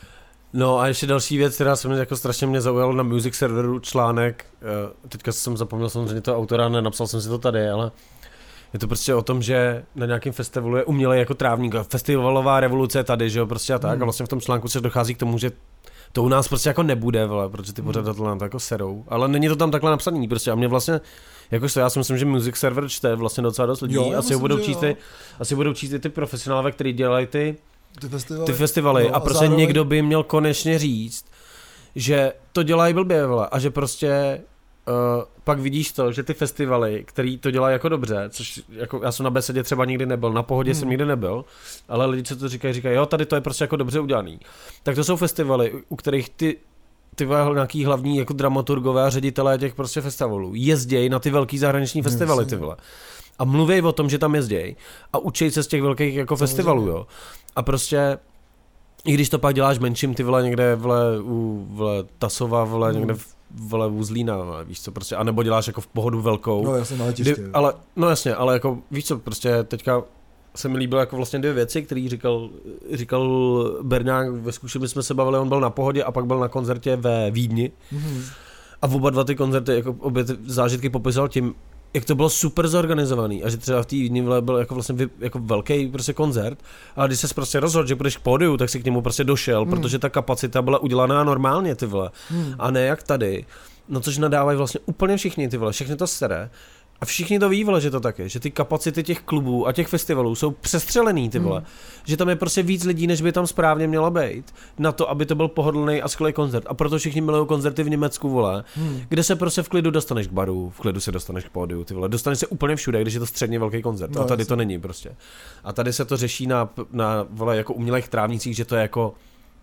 No a ještě další věc, která se mě jako strašně mě zaujala na Music Serveru článek, teďka jsem zapomněl samozřejmě toho autora, nenapsal jsem si to tady, ale je to prostě o tom, že na nějakém festivalu je umělej jako trávník, festivalová revoluce je tady, že jo, prostě a tak hmm. a vlastně v tom článku se dochází k tomu, že to u nás prostě jako nebude, vole, protože ty pořadatelé na to jako serou, ale není to tam takhle napsaný prostě a mě vlastně, jakožto já si myslím, že Music Server čte vlastně docela dost lidí, jo, asi, budou číst ty, asi budou číst ty profesionálové, kteří dělají ty Ty festivaly, ty festivaly. No, a prostě a zároveň... někdo by měl konečně říct, že to dělají blbě, vole, a že prostě uh, pak vidíš to, že ty festivaly, který to dělají jako dobře, což jako já jsem na Besedě třeba nikdy nebyl, na Pohodě hmm. jsem nikdy nebyl, ale lidi, co to říkají, říkají, jo, tady to je prostě jako dobře udělaný. Tak to jsou festivaly, u kterých ty ty nějaký hlavní jako dramaturgové a ředitelé těch prostě festivalů jezdějí na ty velký zahraniční festivaly, ty vole. A mluví o tom, že tam jezdějí a učí se z těch velkých jako festivalů, jo. A prostě, i když to pak děláš menším, ty vole někde vole u vole Tasova, vole někde v, vole u Zlína, vole, víš co, prostě, anebo děláš jako v Pohodu velkou. No jasně, na letiště. Kdy, ale, no jasně, ale jako víš co, prostě teďka se mi líbilo jako vlastně dvě věci, který říkal, říkal Berňák, ve zkušení jsme se bavili, on byl na Pohodě a pak byl na koncertě ve Vídni. Mm-hmm. A v oba dva ty koncerty, jako obě ty zážitky popisal tím, jak to bylo super zorganizovaný a že třeba v té Vídni byl jako vlastně jako velký prostě koncert, ale když ses prostě rozhodl, že půjdeš k pódiu, tak si k němu prostě došel, hmm. protože ta kapacita byla udělaná normálně, ty vole, hmm. a ne jak tady, no což nadávají vlastně úplně všichni, ty vole, všechny to sere. A všichni to ví, vole, že to tak je, že ty kapacity těch klubů a těch festivalů jsou přestřelený, ty vole. Hmm. Že tam je prostě víc lidí, než by tam správně mělo být, na to, aby to byl pohodlný a skvělý koncert. A proto všichni milují koncerty v Německu, vole, hmm. kde se prostě v klidu dostaneš k baru, v klidu se dostaneš k pódiu, ty vole. Dostaneš se úplně všude, když je to středně velký koncert. No, a tady jasný. To není prostě. A tady se to řeší na, na vole, jako umělých trávnicích, že to je jako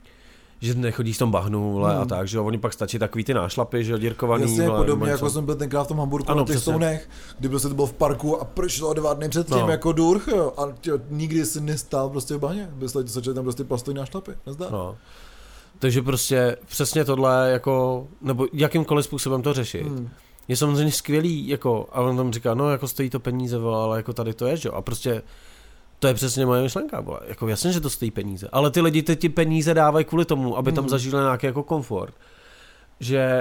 že nechodí v tom bahnu, vole, hmm. a tak, že oni pak stačí takový ty nášlapy, že odírkovaný. Jasně, vole, podobně jako jsem byl tenkrát v tom Hamburku ano, na těch Stounech, kdy prostě to byl v parku a pršelo dva dny předtím no. jako durch, jo, a tě, nikdy si nestál prostě v bahně, byste začali tam prostě plastový nášlapy, nezdá. No. Takže prostě přesně tohle, jako, nebo jakýmkoliv způsobem to řešit. Hmm. Je samozřejmě skvělý, jako, a on tam říká, no jako stojí to peníze, vole, ale jako tady to je, že jo, a prostě to je přesně moje myšlenka, vole. Jako jasně, že to stojí peníze, ale ty lidi teď ti peníze dávají kvůli tomu, aby tam hmm. zažili nějaký jako komfort. Že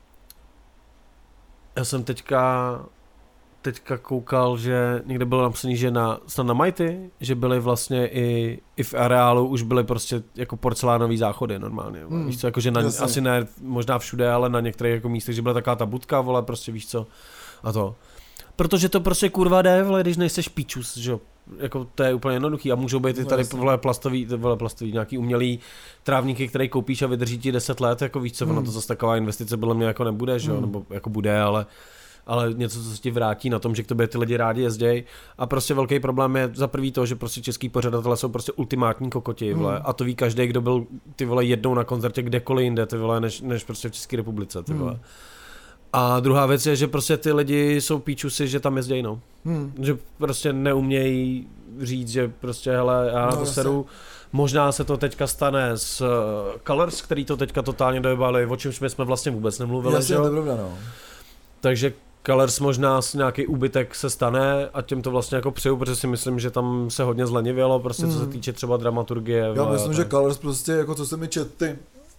já jsem teďka teďka koukal, že někde bylo napsaný, že na, snad na Mighty, že byly vlastně i, i v areálu už byly prostě jako porcelánový záchody normálně. Hmm. Víš co, jako že na, asi ne možná všude, ale na některých jako místech, že byla taková ta budka, vole, prostě víš co, a to. Protože to prostě kurva jde, vole, když nejseš píčus, že jo. Jako to je úplně jednoduchý a můžou být i tady vole plastový, vole plastový, nějaký umělý trávníky, který koupíš a vydrží ti deset let, jako víš co, hmm. ono to zase taková investice podle mě jako nebude, že jo, hmm. nebo jako bude, ale ale něco, co se ti vrátí na tom, že k tobě ty lidi rádi jezdějí. A prostě velký problém je za prvý to, že prostě český pořadatelé jsou prostě ultimátní kokoti, vole, hmm. a to ví každý, kdo byl ty vole jednou na koncertě kdekoliv jinde, ty vole, než, než prostě v České republice, ty vole. Hmm. A druhá věc je, že prostě ty lidi jsou píčusy, že tam jezdějí, no. Hmm. Že prostě neumějí říct, že prostě, hele, já no, to seru. Možná se to teďka stane s uh, Colors, který to teďka totálně dojebali, o čemž my jsme vlastně vůbec nemluvili, jasně, že jo? To je pravda, no. Takže Colors možná nějaký úbytek se stane a tím to vlastně jako přeju, protože si myslím, že tam se hodně zlenivělo, prostě hmm. co se týče třeba dramaturgie. Já myslím, tak. Že Colors prostě, jako co se mi čet ty,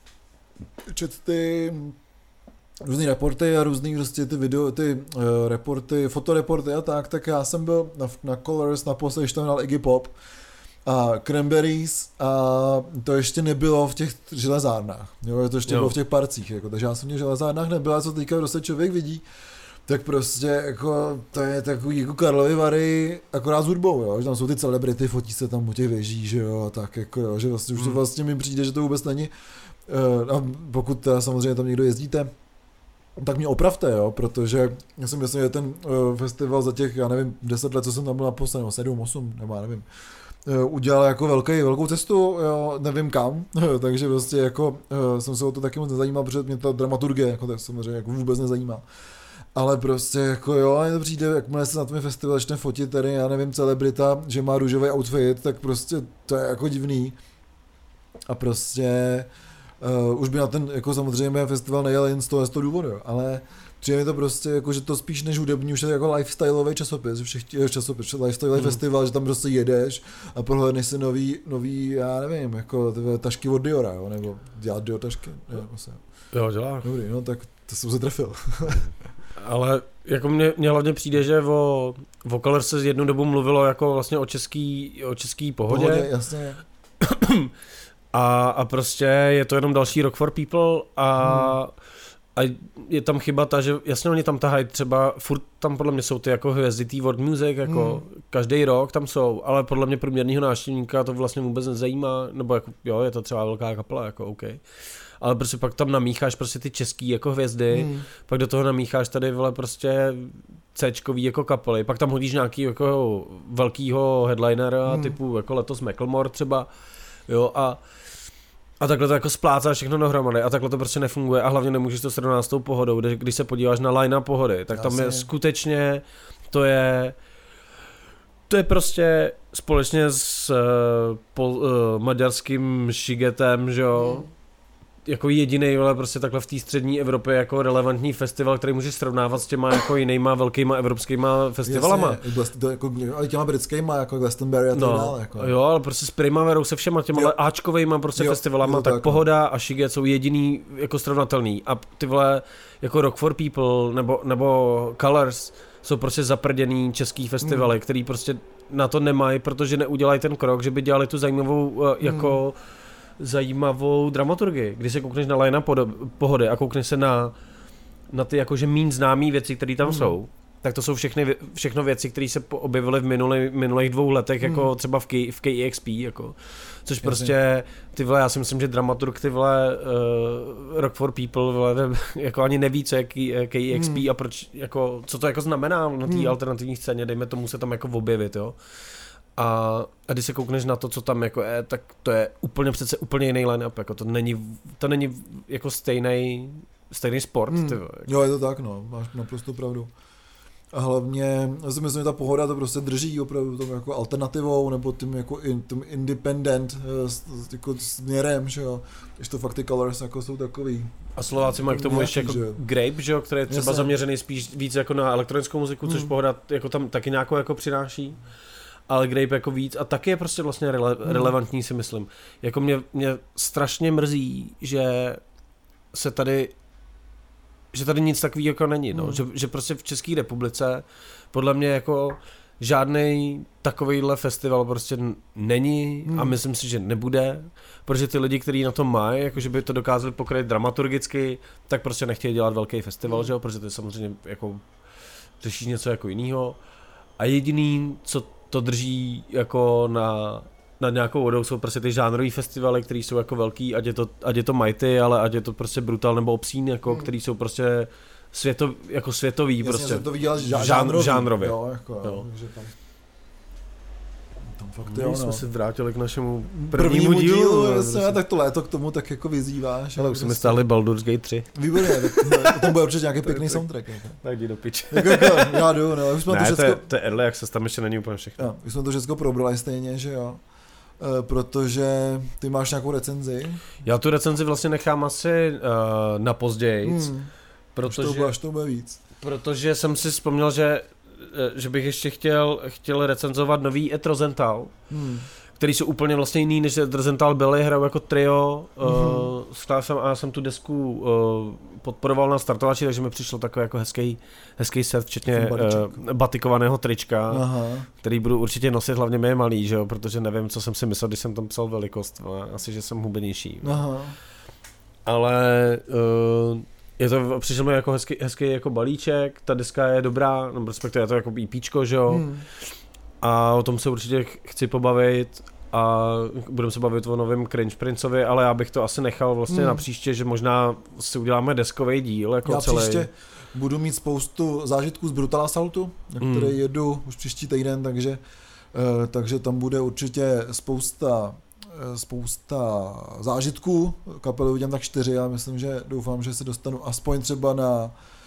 čet ty různý reporty a různý prostě ty video, ty uh, reporty, fotoreporty a tak, tak já jsem byl na, na Colors naposledy, když tam hrál Iggy Pop a Cranberries a to ještě nebylo v těch železárnách, jo, to ještě jo. bylo v těch parcích, jako, takže já jsem v těch železárnách nebyl, a co teďka prostě člověk vidí, tak prostě jako to je takový jako Karlovy Vary akorát s hudbou, jo, že tam jsou ty celebrity, fotí se tam u těch věží, že jo, tak jako jo, že vlastně už to vlastně mi přijde, že to vůbec není, uh, a pokud teda samozřejmě tam někdo jezdíte, tak mě opravte, jo, protože já si myslím, že ten uh, festival za těch, já nevím, deset let, co jsem tam byl naposled, nebo sedm, osm, nebo já nevím, uh, udělal jako velký, velkou cestu, jo, nevím kam, takže prostě jako uh, jsem se o to taky moc nezajímal, protože mě ta dramaturgie jako to samozřejmě jako vůbec nezajímá. Ale prostě jako jo, to přijde, jakmile se na tom festival začne fotit tady, já nevím, celebrita, že má růžový outfit, tak prostě to je jako divný. A prostě Uh, už by na ten, jako samozřejmě festival nejel jen z toho, z toho důvodu, jo. Ale Přijde mi to prostě jako, že to spíš než hudební, už je to jako lifestyleový časopis, že všichni časopis, lifestyleový hmm. festival, že tam prostě jedeš a prohlédneš si nový, nový, já nevím, jako tyhle tašky od Diora, jo, nebo dělat Dior tašky. Jo, vlastně. jo, dělá. Dobrý, no tak to jsem se trefil. Ale jako mně, mně hlavně přijde, že o, o Colors se jednu dobu mluvilo jako vlastně o český, o český pohodě. Pohodě, jasně. A, a prostě je to jenom další Rock for People a, hmm. a je tam chyba ta, že jasně oni tam tahají třeba, furt tam podle mě jsou ty jako hvězdy tý world music, jako hmm. každý rok tam jsou, ale podle mě průměrného návštěvníka to vlastně vůbec nezajímá, nebo jako jo, je to třeba velká kapela, jako OK. Ale prostě pak tam namícháš prostě ty český jako hvězdy, hmm. pak do toho namícháš tady vole prostě C-čkový jako kapely, pak tam hodíš nějaký jako velkýho headlinera hmm. typu jako letos Macklemore třeba, jo a a takhle to jako splácáš všechno dohromady a takhle to prostě nefunguje a hlavně nemůžeš to srovnat s tou pohodou, když se podíváš na line pohody, tak tam je skutečně, to je to je prostě společně s uh, pol, uh, maďarským Šigetem, že jo, hmm. jako jedinej, ale prostě takhle v té střední Evropě jako relevantní festival, který můžeš srovnávat s těma jako jinýma velkýma evropskýma festivalama. Jasně, to jako, ale těma britskýma, jako Glastonbury a tak no, dále. Jako. Jo, ale prostě s Primaverou, se všema těma áčkovejma prostě jo, festivalama, tak, tak Pohoda a Šiget jsou jediný jako srovnatelný. A ty vole, jako Rock for People nebo, nebo Colors jsou prostě zaprděný český festivaly, hmm. který prostě na to nemají, protože neudělají ten krok, že by dělali tu zajímavou jako hmm. zajímavou dramaturgii. Když se koukneš na line Pohody a koukneš se na, na ty jakože míň známý věci, které tam mm. jsou, tak to jsou všechny, všechno věci, které se objevily v minulý, minulých dvou letech, mm. jako třeba v, K, v K E X P, jako. Což Jasně. prostě, ty vole, já si myslím, že dramaturg, ty vole, uh, Rock for People, vole, jako ani neví, co je K E X P mm. a proč, jako, co to jako znamená na té mm. alternativní scéně, dejme tomu se tam jako objevit, jo. A, a když se koukneš na to, co tam jako je, tak to je úplně přece úplně jiný line-up, jako to není, to není jako stejný, stejný sport. Hmm. Ty, jako. Jo, je to tak, no, máš naprosto pravdu. A hlavně, já si myslím, že ta Pohoda to prostě drží opravdu tom jako alternativou, nebo tím jako in, tím independent jako směrem, že jo. Když to fakt ty Colors jako jsou takový. A Slováci mají k tomu ještě jako že? Grape, že jo, který je třeba Jasně. zaměřený spíš víc jako na elektronickou muziku, což hmm. Pohoda jako tam taky nějakou jako přináší. Ale Grape jako víc a taky je prostě vlastně rele- hmm. relevantní, si myslím. Jako mě, mě strašně mrzí, že se tady že tady nic takového jako není, no. hmm. že, že prostě v České republice podle mě jako žádnej takovejhle festival prostě není hmm. a myslím si, že nebude, protože ty lidi, kteří na to mají, jakože by to dokázali pokryt dramaturgicky, tak prostě nechtějí dělat velký festival, hmm. že jo, protože to je samozřejmě jako řeší něco jako jinýho a jediný, co to drží jako na, na nějakou vodou, jsou prostě ty žánrový festivaly, které jsou jako velký, ať je to, ať je to Mighty, ale ať je to prostě Brutal nebo Obscene, jako, hmm. který jsou prostě světo, jako světový. Jasně, prostě. to viděl žánrový. žánrově. Jo, jako, jo. Takže tam, tam fakt jo, no. jsme se vrátili k našemu prvnímu, prvnímu dílu. dílu jasně, prostě. Tak to léto k tomu tak jako vyzýváš. Ale už jsme stáli Baldur's Gate tři. Výborně, tak tam bude určitě nějaký pěkný soundtrack. Jako. Tak jdi do piče. Já jdu, no. Už jsme ne, to, všecko... všecko... to je early access, tam ještě není úplně všechno. Jo, už jsme to všechno probrali stejně, že jo. E, protože ty máš nějakou recenzi. Já tu recenzi vlastně nechám asi uh, na později. Hmm. Protože, až to, až to bude víc. Protože jsem si vzpomněl, že, že bych ještě chtěl, chtěl recenzovat nový Ed Rosenthal, hmm. který jsou úplně vlastně jiný, než Ed Rosenthal byli, hrajou jako trio, mm-hmm. uh, jsem, a já jsem tu desku uh, podporoval na startovači, takže mi přišlo takový jako hezký, hezký set, včetně uh, batikovaného trička, Aha. který budu určitě nosit, hlavně mě je malý, že jo, protože nevím, co jsem si myslel, když jsem tam psal velikost, ale asi, že jsem hubenější. Aha. Ale uh, je to, přišel mi jako hezký, hezký jako balíček, ta deska je dobrá, no respektive je to jako EPčko, že jo, hmm. a o tom se určitě chci pobavit a budeme se bavit o novém Cringe Princeovi, ale já bych to asi nechal vlastně hmm. na příště, že možná si uděláme deskový díl jako já celý. Já příště budu mít spoustu zážitků z Brutal Assaultu, na hmm. který jedu už příští týden, takže, uh, takže tam bude určitě spousta spousta zážitků, kapely udělám tak čtyři, já myslím, že doufám, že se dostanu aspoň třeba na,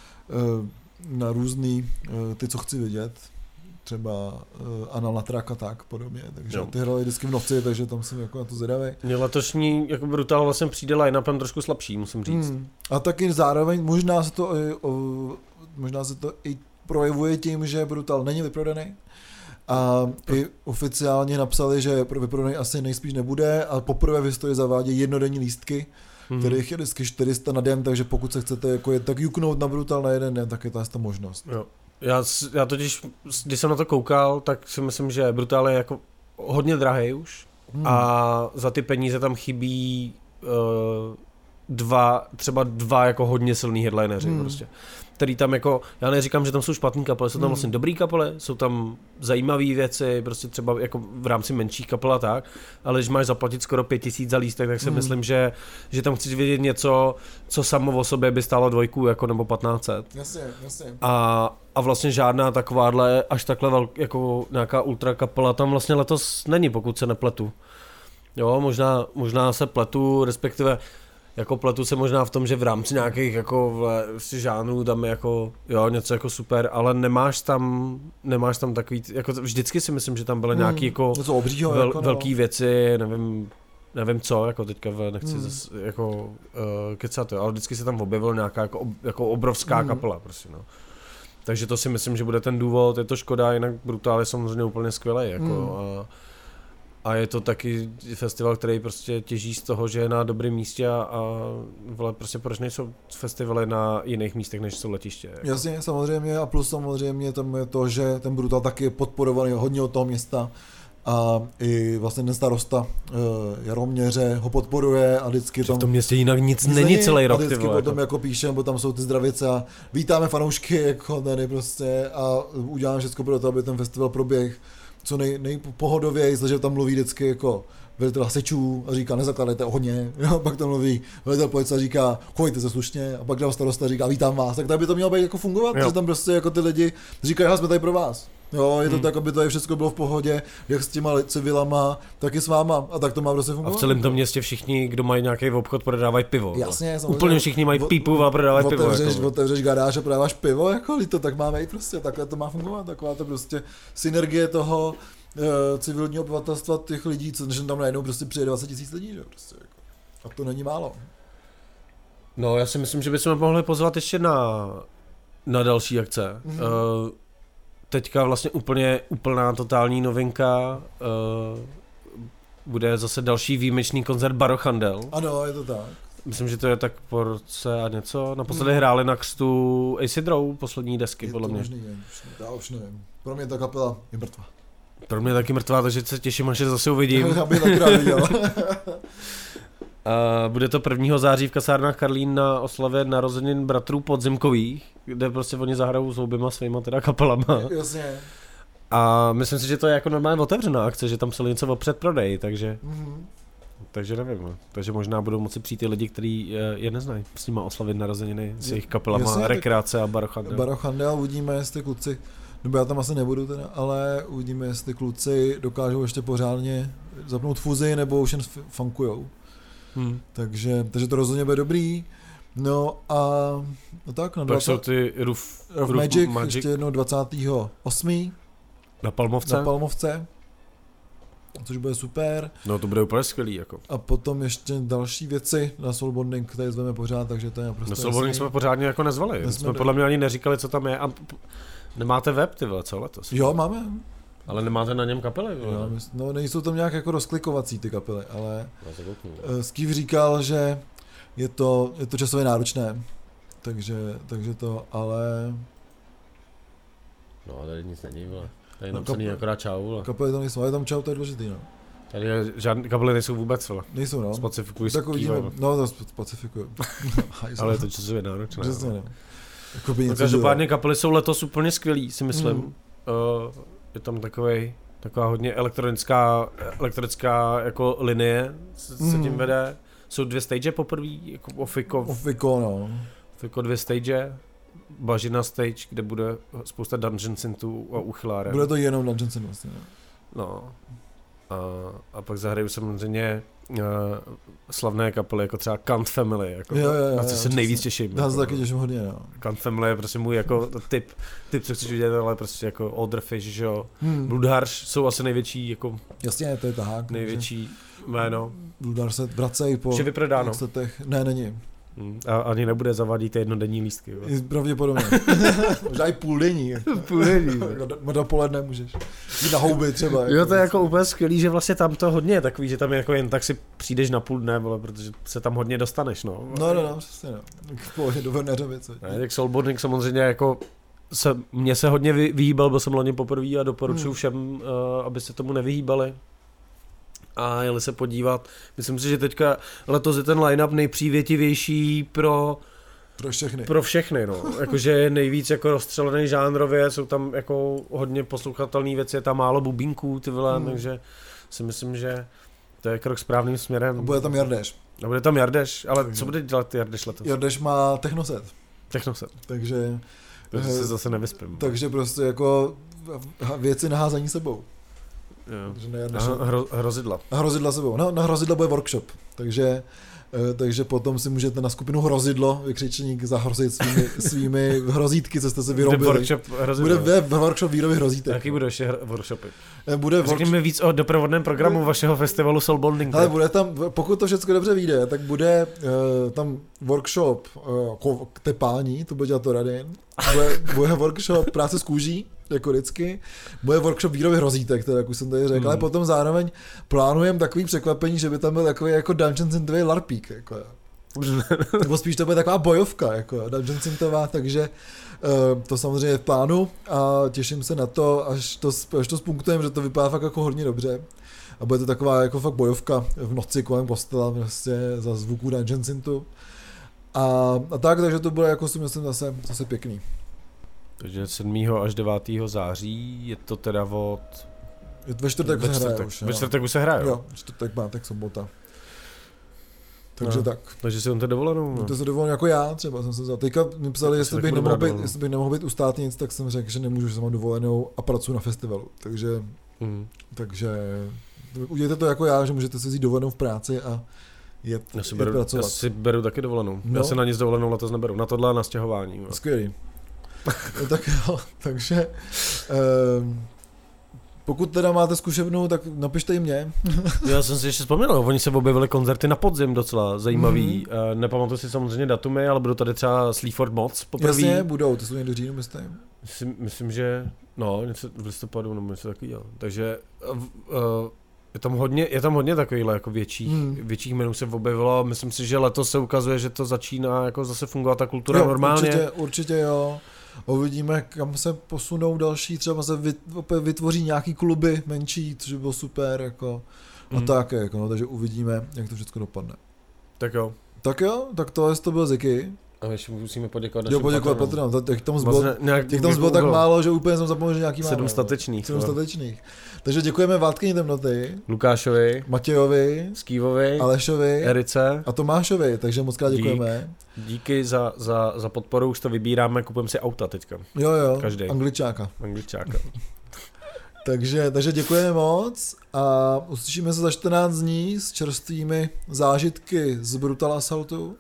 na různý, ty, co chci vidět, třeba Anal na Track a tak podobně, takže jo. Ty hrály vždycky v noci, takže tam jsem jako na to zvědavý. Mě letošní jako Brutal vlastně přijde line-upem trošku slabší, musím říct. Hmm. A taky zároveň možná se to možná se to i projevuje tím, že Brutal není vyprodaný. A i oficiálně napsali, že pro vyprodaný asi nejspíš nebude a poprvé v historii zavádějí jednodenní lístky, mm-hmm. kterých je vždycky čtyři sta na den, takže pokud se chcete jako je, tak juknout na Brutal na jeden den, tak je to ta možnost. Jo. Já, já totiž, když jsem na to koukal, tak si myslím, že Brutal je jako hodně drahý už hmm. a za ty peníze tam chybí uh, dva, třeba dva jako hodně silný headlineři hmm. prostě. Který tam jako, já neříkám, že tam jsou špatný kapely, jsou tam hmm. vlastně dobrý kapely, jsou tam zajímavé věci, prostě třeba jako v rámci menších kapel a tak, ale když máš zaplatit skoro pět tisíc za lístek, tak si hmm. myslím, že, že tam chceš vidět něco, co samo o sobě by stálo dvojku jako nebo patnáct set. Jasně, jasně. A, a vlastně žádná takováhle, až takhle velk, jako nějaká ultra kapela tam vlastně letos není, pokud se nepletu. Jo, možná, možná se pletu, respektive jako pletu se možná v tom, že v rámci nějakých jako vlastně žánrů tam je jako, jo, něco jako super, ale nemáš tam, nemáš tam takový, jako vždycky si myslím, že tam byly hmm, nějaký jako, obřího, vel, jako velký no. věci, nevím, nevím co, jako teďka nechci hmm. zas, jako uh, kecat, ale vždycky se tam objevila nějaká jako, ob, jako obrovská hmm. kapela prostě, no. Takže to si myslím, že bude ten důvod, je to škoda, jinak Brutal je samozřejmě úplně skvělý, jako hmm. a, A je to taky festival, který prostě těží z toho, že je na dobrém místě a, a vole, prostě proč nejsou festivaly na jiných místech, než jsou letiště. Jako. Jasně, samozřejmě a plus samozřejmě tam je to, že ten Brutal taky je podporovaný hodně od toho města a i vlastně ten starosta Jaroměře ho podporuje a vždycky že tam... v tom městě jinak nic není celý rok. A vždycky potom jako, jako píšem, bo tam jsou ty zdravice a vítáme fanoušky jako tady prostě a uděláme všechno pro to, aby ten festival proběh co nej, nejpohodověji, že tam mluví vždycky jako velitel hasičů a říká nezakládejte ohně, jo, pak tam mluví velitel policie a říká chovejte se slušně a pak tam starosta říká vítám vás, tak tady by to mělo být jako fungovat, jo. Že tam prostě jako ty lidi říkají jsme tady pro vás. Jo, je to hmm. tak, aby to je všechno bylo v pohodě, jak s těma civilama, tak i s váma a tak to má prostě fungovat. A v celém tom městě všichni, kdo mají nějaký obchod, prodávají pivo. Jasně, samozřejmě. Úplně všichni mají pípu a prodávají pivo. Otevřeš, jako. otevřeš garáž a prodáváš pivo, jako to tak máme i prostě, takhle to má fungovat, taková to prostě synergie toho uh, civilního obyvatelstva těch lidí, co že tam najednou prostě přijde dvacet tisíc lidí, že prostě jako. A to není málo. No, já si myslím, že bychom mohli pozvat ještě na, na další akce. Mm-hmm. Uh, Teďka vlastně úplně úplná totální novinka, uh, bude zase další výjimečný koncert Barochandel. Ano, je to tak. Myslím, že to je tak po roce a něco. Naposledy hmm. hráli na křtu Acid Row, poslední desky, je podle mě. Možný, já už nevím. Pro mě ta kapela je mrtvá. Pro mě taky mrtvá, takže se těším, až je zase uvidím. Já bych taky rád viděl. Uh, bude to prvního září v kasárnách Karlín na oslavě narozenin bratrů Podzimkových, kde prostě oni zahrajou s oběma svýma teda kapelama. Jasně. A myslím si, že to je jako normálně otevřená akce, že tam psali něco o předprodej, takže mm-hmm. takže nevím. Takže možná budou moci přijít i lidi, kteří je neznají, s nima oslavit narozeniny s jejich kapelama, jasně, rekreace a Barochandel. Barochandel, uvidíme, jestli kluci, nebo já tam asi nebudu teda, ale uvidíme, jestli kluci dokážou ještě pořádně zapnout fuzi, nebo už jen funkujou. Hmm. Takže, takže to rozhodně bude dobrý. No a no tak, na tak jsou ty Roof, Roof Magic, Magic, ještě jednou dvacátého osmého Na Palmovce. Na Palmovce, což bude super. No to bude úplně skvělý. Jako. A potom ještě další věci na Soulbonding, které zveme pořád, takže to je naprosto Na Soulbonding jsme pořádně jako nezvali. Jsme, jsme podle mě ani neříkali, co tam je. A nemáte web, ty vole, co letos? Jo, máme. Ale nemáte na něm kapely? Jo, no nejsou tam nějak jako rozklikovací ty kapely, ale Steve říkal, že je to, je to časově náročné, takže, takže to, ale... No tady nic není, vole. Tady je no, napsaný akorát čau, vole. Kapely tam nejsou, ale tam čau, to je důležitý, no. Tady je, žádný kapely nejsou vůbec, vole. Nejsou, no. Specifikují tak uvidíme, no to specifikují. Ale je to časově náročné. Přesně, no. No, každopádně kapely jsou letos úplně skvělý, si myslím. Mm. Uh, je tam takovej, taková hodně elektronická, elektronická jako linie se, mm. se tím vede. Jsou dvě stage poprvé, jako Ofiko. Ofiko, no. Ofiko dvě stage, Bažina stage, kde bude spousta Dungeon Synthů a uchylárem. Bude to jenom Dungeon Synth vlastně, no. No. A, a pak zahraju samozřejmě uh, slavné kapely, jako třeba Kant Family, jako jo, jo, jo, na co se nejvíc těším. Já jako, se taky těším hodně, no. Kant Family je prostě můj jako typ, typ, co chceš vidět, ale prostě jako Olderfish, že jo. Hmm. Bloodharsh jsou asi největší, jako jasně, to je tahák. největší že... jméno. Bloodharsh se vracej po vše vyprodáno. Letech. Ne, není. Hmm. A ani nebude zavadit jednodenní lístky. Jo. Pravděpodobně. Možná i půldenní. Půldenní. Dopoledne můžeš jít na houby třeba. Jo, jako to je jako úplně skvělý, že vlastně tam to hodně je takový, že tam jako jen tak si přijdeš na půl dne, vole, protože se tam hodně dostaneš, no. No, no, no, přesně, no. V pohodě do Vrneřovice. Ne, tak Soulboarding samozřejmě jako se, mě se hodně vy, vyhýbal, byl jsem loni poprvé a doporučuji hmm. všem, uh, aby se tomu nevyhýbali. A jeli se podívat. Myslím si, že teďka letos je ten line-up nejpřívětivější pro pro všechny. Pro všechny, no. Jakože je nejvíc jako rozstřelený žánrově, jsou tam jako hodně poslouchatelné věci, je tam málo bubínků, ty vole, hmm. takže si myslím, že to je krok správným směrem. A bude tam Jardeš. A bude tam Jardeš, ale takže co bude dělat Jardeš letos? Jardeš má technoset. Technoset. Takže... Takže se zase nevyspím. Takže prostě jako věci naházení sebou. Jo. A hro, hrozidla. A hrozidla sebou. No, na hrozidla bude workshop, takže, takže potom si můžete na skupinu hrozidlo vykřičník zahrozit svými, svými hrozítky, co jste se vyrobili. Bude workshop hrozidlo. Bude workshop výroby hrozítek. Jaký bude ještě workshopy? Bude workshop... Řekněme víc o doprovodném programu bude... vašeho festivalu Soulbounding. Ale bude tam, pokud to všechno dobře vyjde, tak bude uh, tam workshop uh, tepání, to bude dělat to Radin. Bude, bude workshop práce s kůží, jako vždycky. Bude workshop výroby hrozítek, teda, jak už jsem tady řekl, hmm. ale potom zároveň plánujeme takový překvapení, že by tam byl takový jako Dungeon Synthway larpík, jako nebo spíš to bude taková bojovka, jako Dungeon Synthová, takže uh, to samozřejmě je v plánu a těším se na to, až to, až to spunktujeme, že to vypadá fakt jako hodně dobře. A bude to taková jako fakt bojovka v noci kolem kostela, vlastně za zvuků Dungeon Synthu. A, a tak, takže to bude jako si myslím zase, zase pěkný. Takže sedmého až devátého září je to teda od... Ve čtvrtek ve se hraje čtvrtek. už. Ve čtvrtek už se hraje. Jo, čtvrtek, pátek, sobota. Takže no, tak. Takže si on to dovolenou. No. To se dovolenou jako já třeba jsem se vzal. Teďka mi psali, jestli bych, nemohl být, jestli bych nemohl být u státnic, tak jsem řekl, že nemůžu, že jsem mám dovolenou a pracuji na festivalu. Takže, mm. takže udělejte to jako já, že můžete si vzít dovolenou v práci a jet, já si jet beru, pracovat. Já si beru taky dovolenou. No. Já se na nic dovolenou letos neberu. Na tohle a na stěhování. No. Skvělý. No, tak jo, takže um, pokud teda máte zkušebnu, tak napište i mě. Já jsem si ještě vzpomněl, oni se objevili koncerty na podzim docela zajímavý. Mm-hmm. Nepamatuji si samozřejmě datumy, ale budou tady třeba Sleaford Mods poprvé. Jasně, budou, to jsou někdo říjnu, myslím. myslím. Myslím, že no, něco v listopadu nebo něco takového. Takže uh, je tam hodně, je tam hodně takovýhle jako větších, hmm. větších jmenů se objevilo. Myslím si, že letos se ukazuje, že to začíná jako zase fungovat ta kultura jo, normálně. Určitě, určitě jo. Uvidíme, kam se posunou další, třeba se vytvoří nějaký kluby menší, což by bylo super, jako, a mm. tak, jako, no, takže uvidíme, jak to všechno dopadne. Tak jo. Tak jo, tak to, to byl Ziky. A ještě musíme poděkovat našim patronům. Jo, poděkovat patronům, těch tam zbylo, těch tam zbylo tak málo, že úplně jsem zapomněl, že nějaký máme. Sedm statečných. Sedm statečných. Takže děkujeme Vládkyni temnoty, Lukášovi, Matějovi, Skývovi, Alešovi, Erice a Tomášovi, takže moc krát děkujeme. Dík. Díky za, za, za podporu, už to vybíráme, kupujeme si auta teďka. Jo, jo, každý. Angličáka. Angličáka. takže, takže děkujeme moc a uslyšíme se za čtrnáct dní s čerstvými zážitky z Brutal Assaultu.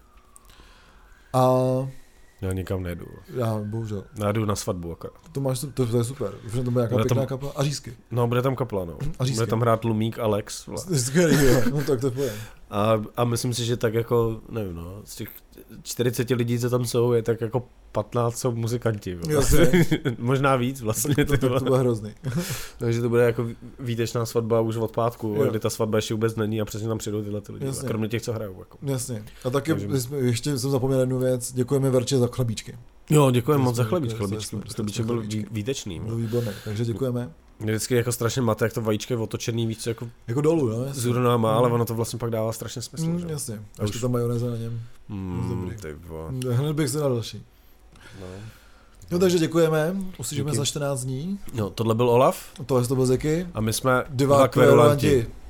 A já nikam nejedu. Já, bohužel. Já jdu na svatbu akorát. To máš, to, to je super. Protože to bude nějaká pěkná tam, kapela. A řízky. No, bude tam kapela, no. A řízky. Bude tam hrát Lumík a Lex. Skvělý, jo. No tak to pojde. A, a myslím si, že tak jako, nevím, no, z těch čtyřicet lidí, co tam jsou, je tak jako patnáct jsou muzikanti. Možná víc vlastně. To, to, to bude hrozný. Takže to bude jako výtečná svatba už od pátku, jo. Kdy ta svatba ještě vůbec není a přesně tam přijdou tyhle ty lidi. A kromě těch, co hrajou. Jako. Jasně. A taky Takže... ještě jsem zapomněl jednu věc. Děkujeme Verče za chlebíčky. Jo, děkujeme moc za chlebíčky. Chlebíček byl výtečný. Byl výborný, takže děkujeme. Mě vždycky jako strašně mate, jak to vajíčko je otočený víc jako, jako dolů, no, z hurna má, ale ono to vlastně pak dává strašně smysl. Mm, jasně, a ještě ta majonéza na něm. Mm, Hned bych se dal další. No. No takže děkujeme, uslyšíme za čtrnáct dní. No, tohle byl Olaf. Tohle to byl Zeky. A my jsme dva kverulanti.